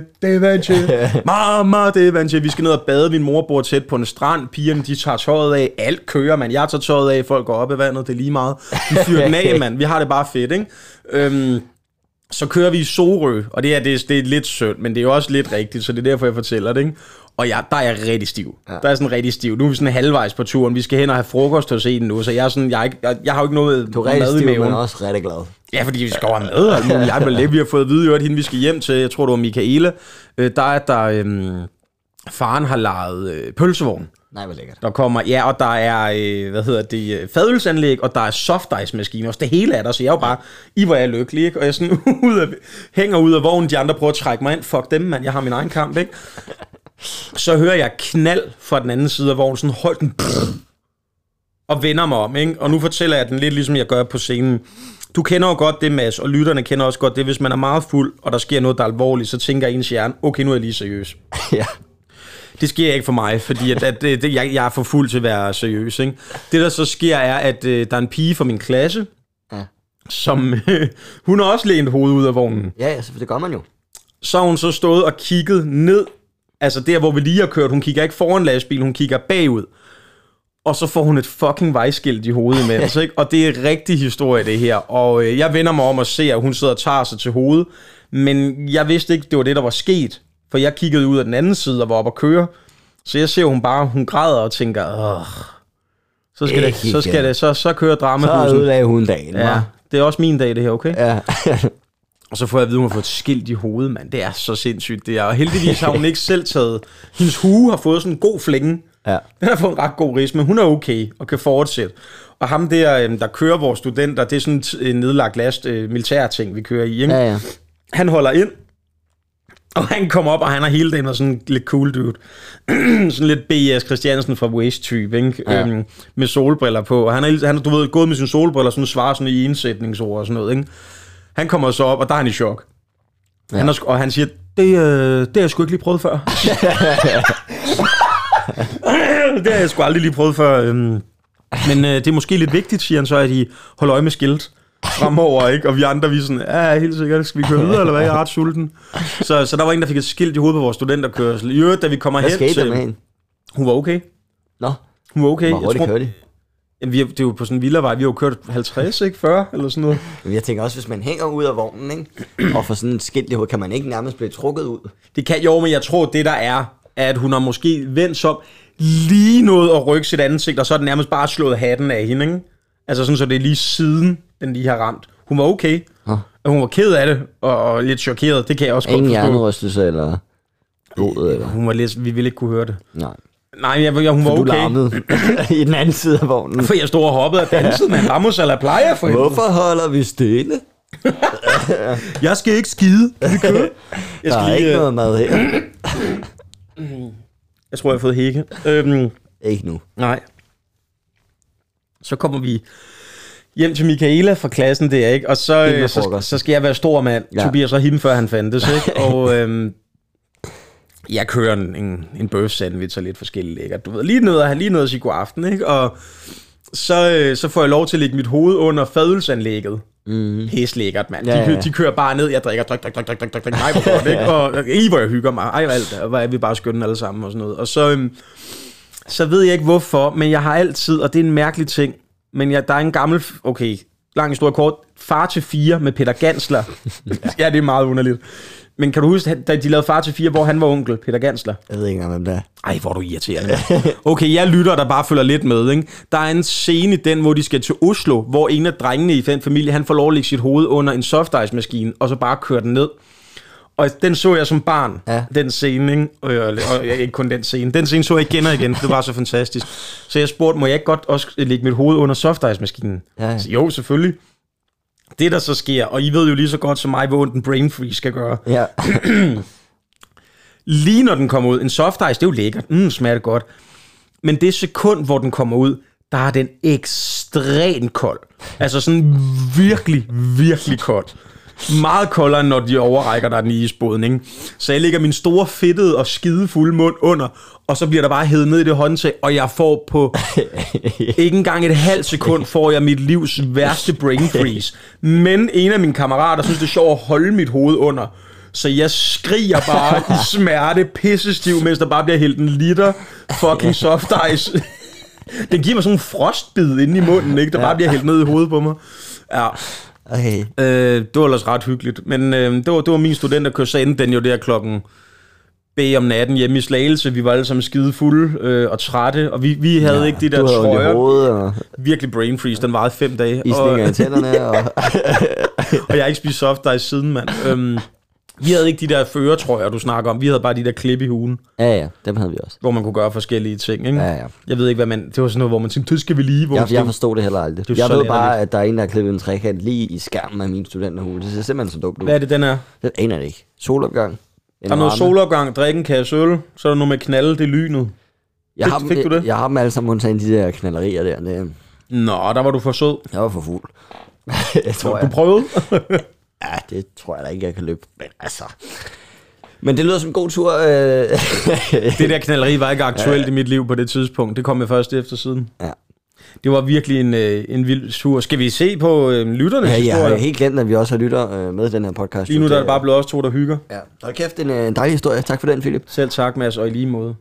mamma, det er vanche. Vi skal ned og bade, min mor bor tæt på en strand, pigerne, de tager tøjet af, alt kører, man. Jeg tager tøjet af, folk går op i vandet, det er lige meget. Vi fyrer den af, mand, vi har det bare fedt, ikke? Så kører vi i Sorø, og det er lidt sødt, men det er jo også lidt rigtigt, så det er derfor, jeg fortæller det, ikke? Og der er jeg rigtig stiv. Der er sådan rigtig stiv. Nu er vi sådan halvvejs på turen. Vi skal hen og have frokost hos en nu, så jeg er sådan, jeg har jo ikke noget du er rigtig mad stiv, i maven. Men også rigtig glad. Ja, fordi vi skal have mad. Vi har fået at vide, at hende vi skal hjem til, jeg tror det var Michaela. Der er faren har lejet pølsevogn. Nej, hvor lækkert. Der kommer, ja, og der er, fadølsanlæg, og der er soft ice maskiner, og det hele er der, så jeg er jo bare, hvor jeg er lykkelig, ikke? Og jeg sådan hænger ud af vognen, de andre prøver at trække mig ind, fuck dem, mand, jeg har min egen kamp, ikke? Så hører jeg knald fra den anden side af vognen, sådan holdt den, og vender mig om, ikke? Og nu fortæller jeg den lidt, ligesom jeg gør på scenen. Du kender jo godt det, Mads, og lytterne kender også godt det, hvis man er meget fuld, og der sker noget, der er alvorligt, så tænker ens hjerne, okay, nu er jeg lige seriøs. Ja. Det sker ikke for mig, fordi jeg er for fuld til at være seriøs. Ikke? Det, der så sker, er, at der er en pige fra min klasse, som hun har også lænet hovedet ud af vognen. Ja, så det gør man jo. Så har hun så stået og kigget ned, altså der, hvor vi lige har kørt. Hun kigger ikke foran lastbilen, hun kigger bagud. Og så får hun et fucking vejskilt i hovedet imens, ikke? Og det er rigtig historie, det her. Og jeg vender mig om og ser, at hun sidder og tager sig til hovedet. Men jeg vidste ikke, det var det, der var sket. For jeg kiggede ud af den anden side og var oppe at køre. Så jeg ser hun græder og tænker, så kører dramabussen. Så ødelagde hun dagen. Ja, det er også min dag, det her, okay? Ja. Og så får jeg at vide, at hun har fået et skilt i hovedet, mand. Det er så sindssygt, det er. Og heldigvis har hun ikke selv taget. Hendes hue har fået sådan en god flænge. Ja. Den har fået en ret god ris, men hun er okay og kan fortsætte. Og ham der kører vores studenter, det er sådan en nedlagt last militærting, vi kører i, ikke? Ja. Han holder ind. Og han kommer op, og han har hele dagen været sådan lidt cool dude. Sådan lidt B.S. Christiansen fra Waste-type, ikke? Ja. Med solbriller på. Og han har du ved, gået med sine solbriller, sådan svarer sådan i ensætningsord og sådan noget, ikke? Han kommer så op, og der er han i chok. Ja. Og han siger, det har jeg sgu ikke lige prøvet før. Det har jeg sgu aldrig lige prøvet før. Men det er måske lidt vigtigt, siger han så, at I holder øje med skilt fremover, ikke? Og vi andre, vi er sådan, ja, helt sikkert, skal vi køre videre, eller hvad? Jeg er ret sulten. Så der var en, der fik et skilt i hovedet på vores studenterkørsel. I øvrigt, da vi kommer hen til... Hvad skete der med hende? Hun var okay. Nå. Hun var okay. Hvor hurtigt kørte de? Jamen, det er jo på sådan en villavej, vi har jo kørt 50, ikke? 40, eller sådan noget. Jeg tænker også, hvis man hænger ud af vognen, ikke? Og får sådan et skilt i hovedet, kan man ikke nærmest blive trukket ud? Det kan jo, men jeg tror, det der er, at hun har måske vendt sig op, lige noget at rykke sit ansigt, og så er den nærmest bare slået hatten af hende, ikke? Altså sådan, så det er lige siden, den lige har ramt. Hun var okay. Hun var ked af det, og lidt chokeret. Det kan jeg også godt forstå. Ingen hjernerystelse, eller blodet, eller? Hun var lidt, vi ville ikke kunne høre det. Nej, hun var okay. Larmede i den anden side af vognen. For jeg stod og hoppede og dansede, man. Ramos a la playa for hende. Hvorfor holder vi stille? Jeg skal ikke skide. Kan vi køre? Der er ikke noget mad her. Jeg tror, jeg har fået hække. Ikke nu. Nej. Så kommer vi hjem til Michaela fra klassen der, ikke? Og så skal jeg være stor mand. Ja. Tobias var hende, før han fandtes, ikke? Og jeg kører en bøf sandwich og lidt forskelligt lækkert. Du ved, lige noget at sige god aften, ikke? Og så får jeg lov til at lægge mit hoved under fadølsanlægget. Pisse lækkert, mand. De kører bare ned, jeg drikker, drik, nej, hvor godt, ikke? Og hvor jeg hygger mig, alt, hvor er vi bare skønne alle sammen og sådan noget. Og så ved jeg ikke hvorfor, men jeg har altid, og det er en mærkelig ting, men der er en gammel, okay, lang historie kort, Far til 4 med Peter Gansler. Ja, det er meget underligt. Men kan du huske, da de lavede Far til 4, hvor han var onkel, Peter Gansler? Jeg ved ikke engang, hvem det er. Ej, hvor er du irriterende. Okay, jeg lytter, der bare følger lidt med, ikke? Der er en scene i den, hvor de skal til Oslo, hvor en af drengene i den familie, han får lov at lægge sit hoved under en soft ice maskine, og så bare køre den ned. Og den så jeg som barn, den scene, ikke? Og ikke kun den scene. Den scene så jeg igen og igen, det var så fantastisk. Så jeg spurgte, må jeg ikke godt også lægge mit hoved under soft ice maskinen? Ja. Så, jo, selvfølgelig. Det der så sker, og I ved jo lige så godt som mig, hvor ondt en brain freeze skal gøre. Ja. Lige når den kommer ud, en soft ice, det er jo lækkert, smager det godt. Men det sekund, hvor den kommer ud, der er den ekstremt kold. Altså sådan virkelig, virkelig kold. Meget koldere, end når de overrækker dig den i isbåden, ikke? Så jeg lægger min store fedtede og skidefulde mund under, og så bliver der bare hævet ned i det håndtag, og jeg får på ikke engang et halvt sekund, får jeg mit livs værste brain freeze. Men en af mine kammerater synes, det er sjovt at holde mit hoved under, så jeg skriger bare i smerte, pissestiv, mens der bare bliver hældt en liter fucking soft ice. Den giver mig sådan en frostbid inde i munden, ikke? Der bare bliver hældt ned i hovedet på mig. Ja. Okay. Det var ellers ret hyggeligt. Men det var min studenterkørs, så endte den jo der klokken B om natten hjemme i Slagelse. Vi var alle sammen skide fulde og trætte, og vi havde ikke de der trøjer. Virkelig brain freeze, den varede 5 dage. I slinger i tænderne. Og jeg har ikke spist soft ice siden, mand. Vi havde ikke de der føretrøjer, du snakker om. Vi havde bare de der klip i hugen. Ja, dem havde vi også. Hvor man kunne gøre forskellige ting, ikke? Ja. Jeg ved ikke, hvad man... Det var sådan noget, hvor man tænkte, det skal vi lige... Jeg forstod det heller aldrig. Jeg ved bare, at der er en, der har klippet en trekant lige i skærmen af min studenterhue. Det ser simpelthen så dumt ud. Hvad er det, den er? Det aner det ikke. Solopgang. Der er noget solopgang, drikke en kasse øl, så er der noget med knalde, det er lynet. Fik du det? Jeg har dem alle sammen undtagen de der knallerier der. Det... Nå, der var du for sød. Jeg var for fuld. Du prøvede? Ja, det tror jeg da ikke, jeg kan løbe. Men altså... Men det lyder som en god tur. Det der knalleri var ikke aktuelt i mit liv på det tidspunkt. Det kom jeg først efter siden. Ja. Det var virkelig en vild tur. Skal vi se på lytternes historie? Jeg har helt glemt, at vi også har lytter med den her podcast. Lige nu der er det bare blevet os to, der hygger. Ja. Hold kæft, en dejlig historie. Tak for den, Philip. Selv tak, Mads, og i lige måde.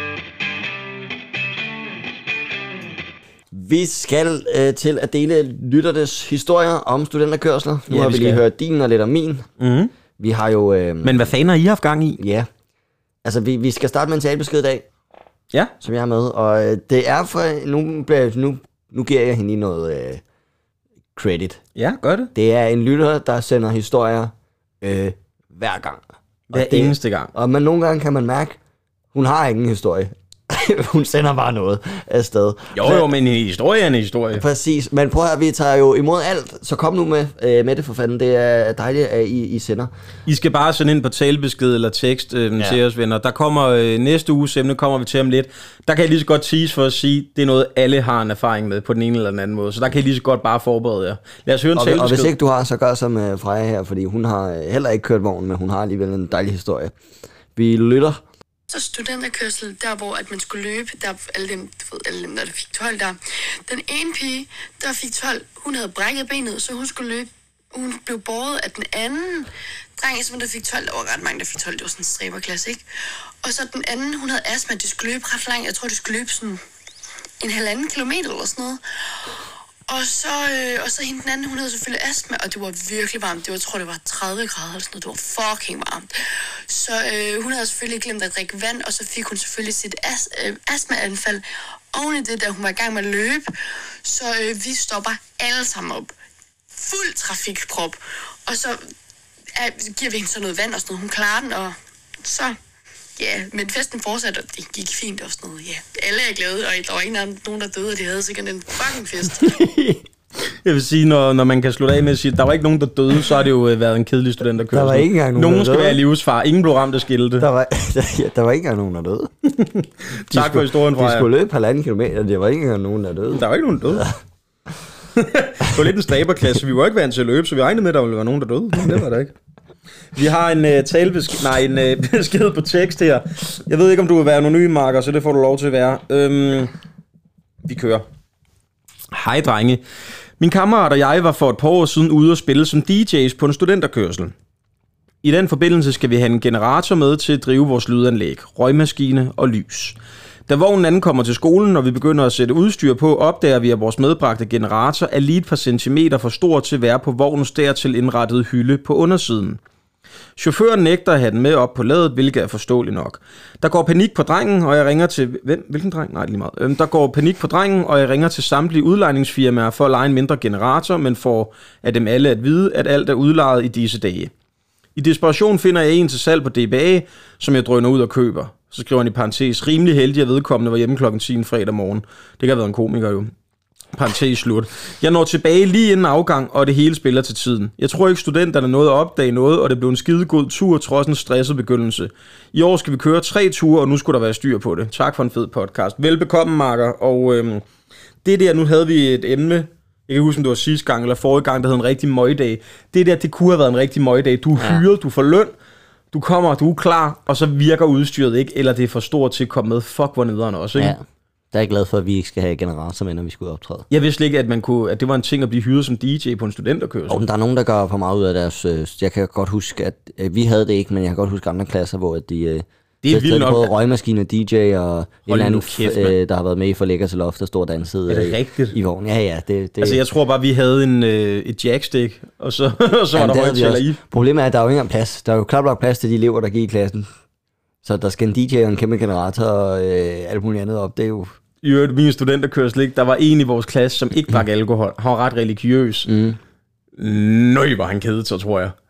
Vi skal til at dele lytternes historier om studenterkørsler. Nu har vi lige hørt din og lidt om min. Mm-hmm. Vi har jo... Men hvad fanden har I haft gang i? Ja. Altså, vi skal starte med en talebesked i dag. Ja. Som jeg har med. Og det er for... Nu giver jeg hende lige noget credit. Ja, gør det. Det er en lytter, der sender historier hver gang. Hver eneste gang. Men nogle gange kan man mærke, hun har ingen historie. Hun sender bare noget afsted. Jo, men en historie er en historie. Præcis, men prøv at vi tager jo imod alt, så kom nu med det for fanden. Det er dejligt, at I sender. I skal bare sende ind på talebesked eller tekst til os, venner. Der kommer næste uges emne, kommer vi til om lidt. Der kan jeg lige så godt tease for at sige, det er noget, alle har en erfaring med på den ene eller den anden måde. Så der kan I lige så godt bare forberede jer. Lad os høre en talebesked. Og hvis ikke du har, så gør som Freja her, fordi hun har heller ikke kørt vogn, men hun har alligevel en dejlig historie. Vi lytter. Så studenterkørsel, der hvor at man skulle løbe, der alle dem, der fik 12 der. Den ene pige, der fik 12, hun havde brækket benet, så hun skulle løbe. Hun blev båret af den anden dreng, som der fik 12. Der var ret mange, der fik 12. Det var sådan en stræberklasse, ikke? Og så den anden, hun havde astma, de skulle løbe ret langt. Jeg tror, de skulle løbe sådan 1,5 kilometer eller sådan noget. Og så hende den anden, hun havde selvfølgelig astma, og det var virkelig varmt. Jeg tror, det var 30 grader eller sådan noget. Det var fucking varmt. Så hun havde selvfølgelig glemt at drikke vand, og så fik hun selvfølgelig sit astmaanfald oven i det, da hun var i gang med at løbe. Så vi stopper alle sammen op. Fuld trafikprop. Og så giver vi hende så noget vand og sådan noget. Hun klarer den, og så... Ja, men festen fortsatte, og det gik fint og sådan noget. Ja, alle er glade, og der var ikke nogen, der døde, og de havde sikkert en fucking fest. Jeg vil sige, når man kan slutte af med at sige, at der var ikke nogen, der døde, så har det jo været en kedelig studenterkørsel. Der var ikke engang nogen, nogen skal være i livsfar. Ingen blev ramt af skilte. Der var ikke engang nogen, der døde. Tak for historien, Freja. De skulle løbe 1,5 kilometer, der var ikke engang nogen, der døde. Der var ikke nogen, der døde. Det var lidt en stræberklasse. Vi var ikke vant til at løbe, så vi regnede med, at der ville være nogen, der døde. Men det var der ikke. Vi har en besked på tekst her. Jeg ved ikke, om du vil være anonym, Marker, så det får du lov til at være. Vi kører. Hej, drenge. Min kammerat og jeg var for et par år siden ude og spille som DJ's på en studenterkørsel. I den forbindelse skal vi have en generator med til at drive vores lydanlæg, røgmaskine og lys. Da vognen ankommer til skolen, og vi begynder at sætte udstyr på, opdager vi, at vores medbragte generator er lige et par centimeter for stor til at være på vognens dertil indrettede hylde på undersiden. Chaufføren nægter at have den med op på ladet, hvilket er forståeligt nok. Der går panik på drengen, og jeg ringer til... Hvilken dreng? Nej, lige meget. Der går panik på drengen, og jeg ringer til samtlige udlejningsfirmaer for at leje en mindre generator, men får af dem alle at vide, at alt er udlejet i disse dage. I desperation finder jeg en til salg på DBA, som jeg drøner ud og køber. Så skriver han i parentes, rimelig heldig, at vedkommende var hjemme klokken 10 fredag morgen. Det kan have været en komiker jo. Parentes slut. Jeg når tilbage lige inden afgang, og det hele spiller til tiden. Jeg tror ikke, studenterne nåede at opdage noget, og det blev en skidegod tur, trods en stresset begyndelse. I år skal vi køre 3 ture, og nu skulle der være styr på det. Tak for en fed podcast. Velbekomme, Marker. Og det der, nu havde vi et emne. Jeg kan huske, om det var sidste gang eller forrige gang, der hed en rigtig møgdag. Det der, det kunne have været en rigtig møgdag. Du er hyret, du får løn, du kommer, du er klar, og så virker udstyret ikke, eller det er for stort til at komme med. Fuck, hvor nederen også, ikke? Ja. Der er jeg glad for, at vi ikke skal have generator med, når vi skal ud optræde. Jeg vidste ikke, at det var en ting at blive hyret som DJ på en studenterkørsel. Og der er nogen, der gør for meget ud af deres... Jeg kan godt huske, at vi havde det ikke, men jeg kan godt huske andre klasser, hvor de... Det er vildt nok. Både røgmaskine, DJ og en anden, der har været med i for Lækker til Loft, der står og dansede i vognen. Ja, det... Altså, jeg tror bare, vi havde et jackstick, og så var der højtaler i. Problemet er, at der er jo ikke engang plads. Der er jo klart nok plads til de elever, der gik i klassen. Så der skal en DJ og en kæmpe generator og alt muligt andet op. Det er jo... I øvrigt, min studenterkørsel, ikke? Der var en i vores klasse, som ikke drak alkohol. Han var ret religiøs. Nøj, var han kedet, så tror jeg.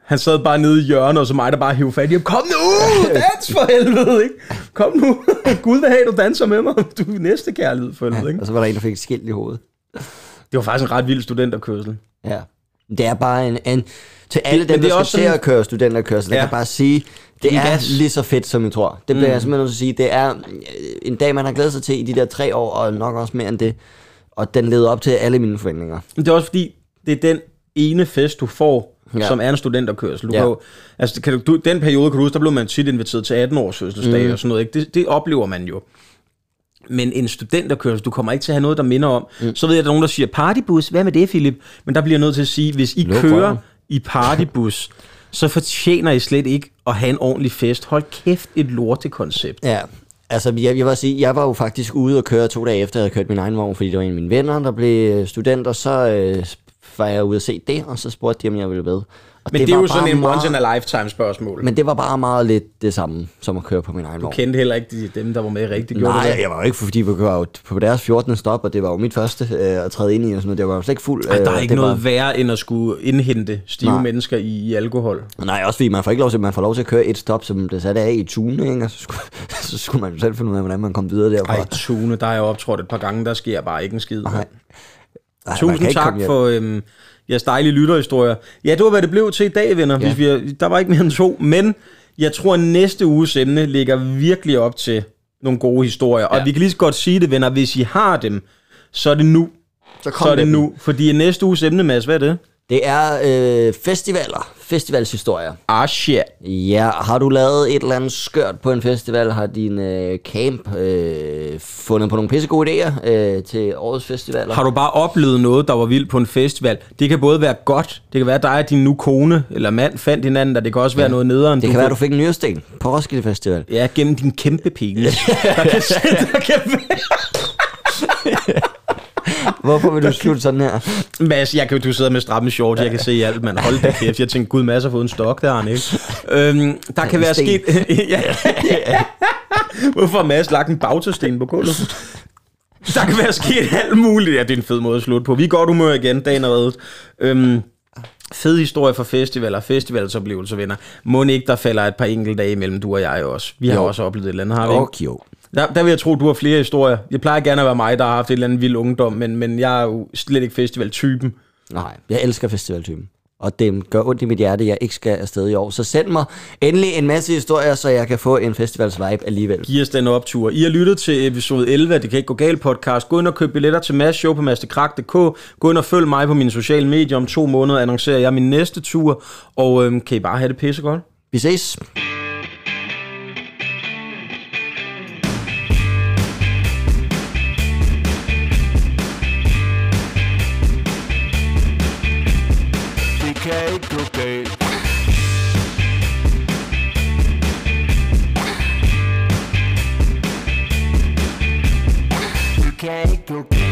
Han sad bare nede i hjørnet, og så mig, der bare hiv fat i ham. Kom nu, dans for helvede, ikke? Kom nu, Gud vil have, du danser med mig. Du er næste kærlighed for helvede, ikke? Og så var der en, der fik et skilt i hovedet. Det var faktisk en ret vild studenterkørsel. Ja. Det er bare en til alle dem, der skal til at køre studenterkørsel, jeg kan bare sige, det er lige så fedt, som jeg tror. Det bliver jeg simpelthen nødt til at sige. Det er en dag, man har glædet sig til i de der 3 år, og nok også mere end det. Og den leder op til alle mine forventninger. Det er også fordi, det er den ene fest, du får, som er en studenterkørsel. Den periode, kan du huske, der blev man tit inviteret til 18-års fødselsdag og sådan noget. Ikke? Det oplever man jo. Men en studenterkørsel, du kommer ikke til at have noget, der minder om. Så ved jeg, at der er nogen, der siger, partybus, hvad med det, Philip? Men der bliver jeg nødt til at sige, hvis I kører i partybus, så fortjener I slet ikke at have en ordentlig fest. Hold kæft, et lortekoncept. Ja, altså jeg vil sige, jeg var jo faktisk ude og køre 2 dage efter, jeg havde kørt min egen vogn, fordi det var en af mine venner, der blev student, og så var jeg ude og se det, og så spurgte de, om jeg ville med. Og men det er jo sådan en once in a lifetime spørgsmål. Men det var bare meget lidt det samme, som at køre på min egen vogn. Du kendte heller ikke dem, der var med rigtig gjorde det. Nej, jeg var jo ikke, fordi vi var på deres 14. stop, og det var jo mit første at træde ind i, og sådan noget. Det var jo slet ikke fuld. Der er ikke noget værre, end at skulle indhente stive mennesker i alkohol. Nej, også fordi man får ikke lov til, man får lov til at køre et stop, som det satte af i Tune, ikke? Og så skulle man jo selv finde ud af, hvordan man kom videre derfra. Ej, Tune, der er jeg optrådt et par gange, der sker bare ikke en skid. Tusind tak for jeres dejlige lytterhistorier. Ja, det var, hvad det blev til i dag, venner. Ja. Der var ikke mere end 2, men jeg tror, at næste uges emne ligger virkelig op til nogle gode historier. Og vi kan lige så godt sige det, venner, hvis I har dem, så er det nu. Så er det nu. Fordi næste uges emne, Mads, hvad er det? Det er festivalshistorier. Shit. Ja, har du lavet et eller andet skørt på en festival? Har din camp fundet på nogle pissegode idéer til årets festivaler? Har du bare oplevet noget, der var vildt på en festival? Det kan både være godt, det kan være, at dig og din nu kone eller mand fandt hinanden, og det kan også være noget nederen. Det kan være, at du fik en nyresten på Roskilde Festival. Ja, gennem din kæmpe penis. der kan Hvorfor vil du slutte sådan her? Mads, du sidder med stramme shorts, jeg kan se alt, man. Hold da kæft, jeg tænkte, gud, Mads har fået en stok der, ikke? Der kan være sket... Hvorfor har Mads lagt en bagtøsten på gulvet? Der kan være sket alt muligt. Ja, det er en fed måde at slutte på. Vi er godt humør igen, dagen er reddet. Fed historie for festivalsoplevelser, venner. Må ikke, der falder et par enkelte dage imellem du og jeg også. Vi har også oplevet et eller andet, har vi ikke? Okay. Der vil jeg tro, du har flere historier. Jeg plejer gerne at være mig, der har haft et eller andet vild ungdom, men jeg er jo slet ikke festivaltypen. Nej, jeg elsker festivaltypen. Og det gør ondt i mit hjerte, jeg ikke skal afsted i år. Så send mig endelig en masse historier, så jeg kan få en festivals-vibe alligevel. Giv os den optur. I har lyttet til episode 11 af Det Kan Ikke Gå Galt podcast. Gå ind og køb billetter til Mads show på masterkrak.dk. Gå ind og følg mig på mine sociale medier. Om 2 måneder annoncerer jeg min næste tur. Og kan I bare have det pissegodt. Vi ses. Can't go.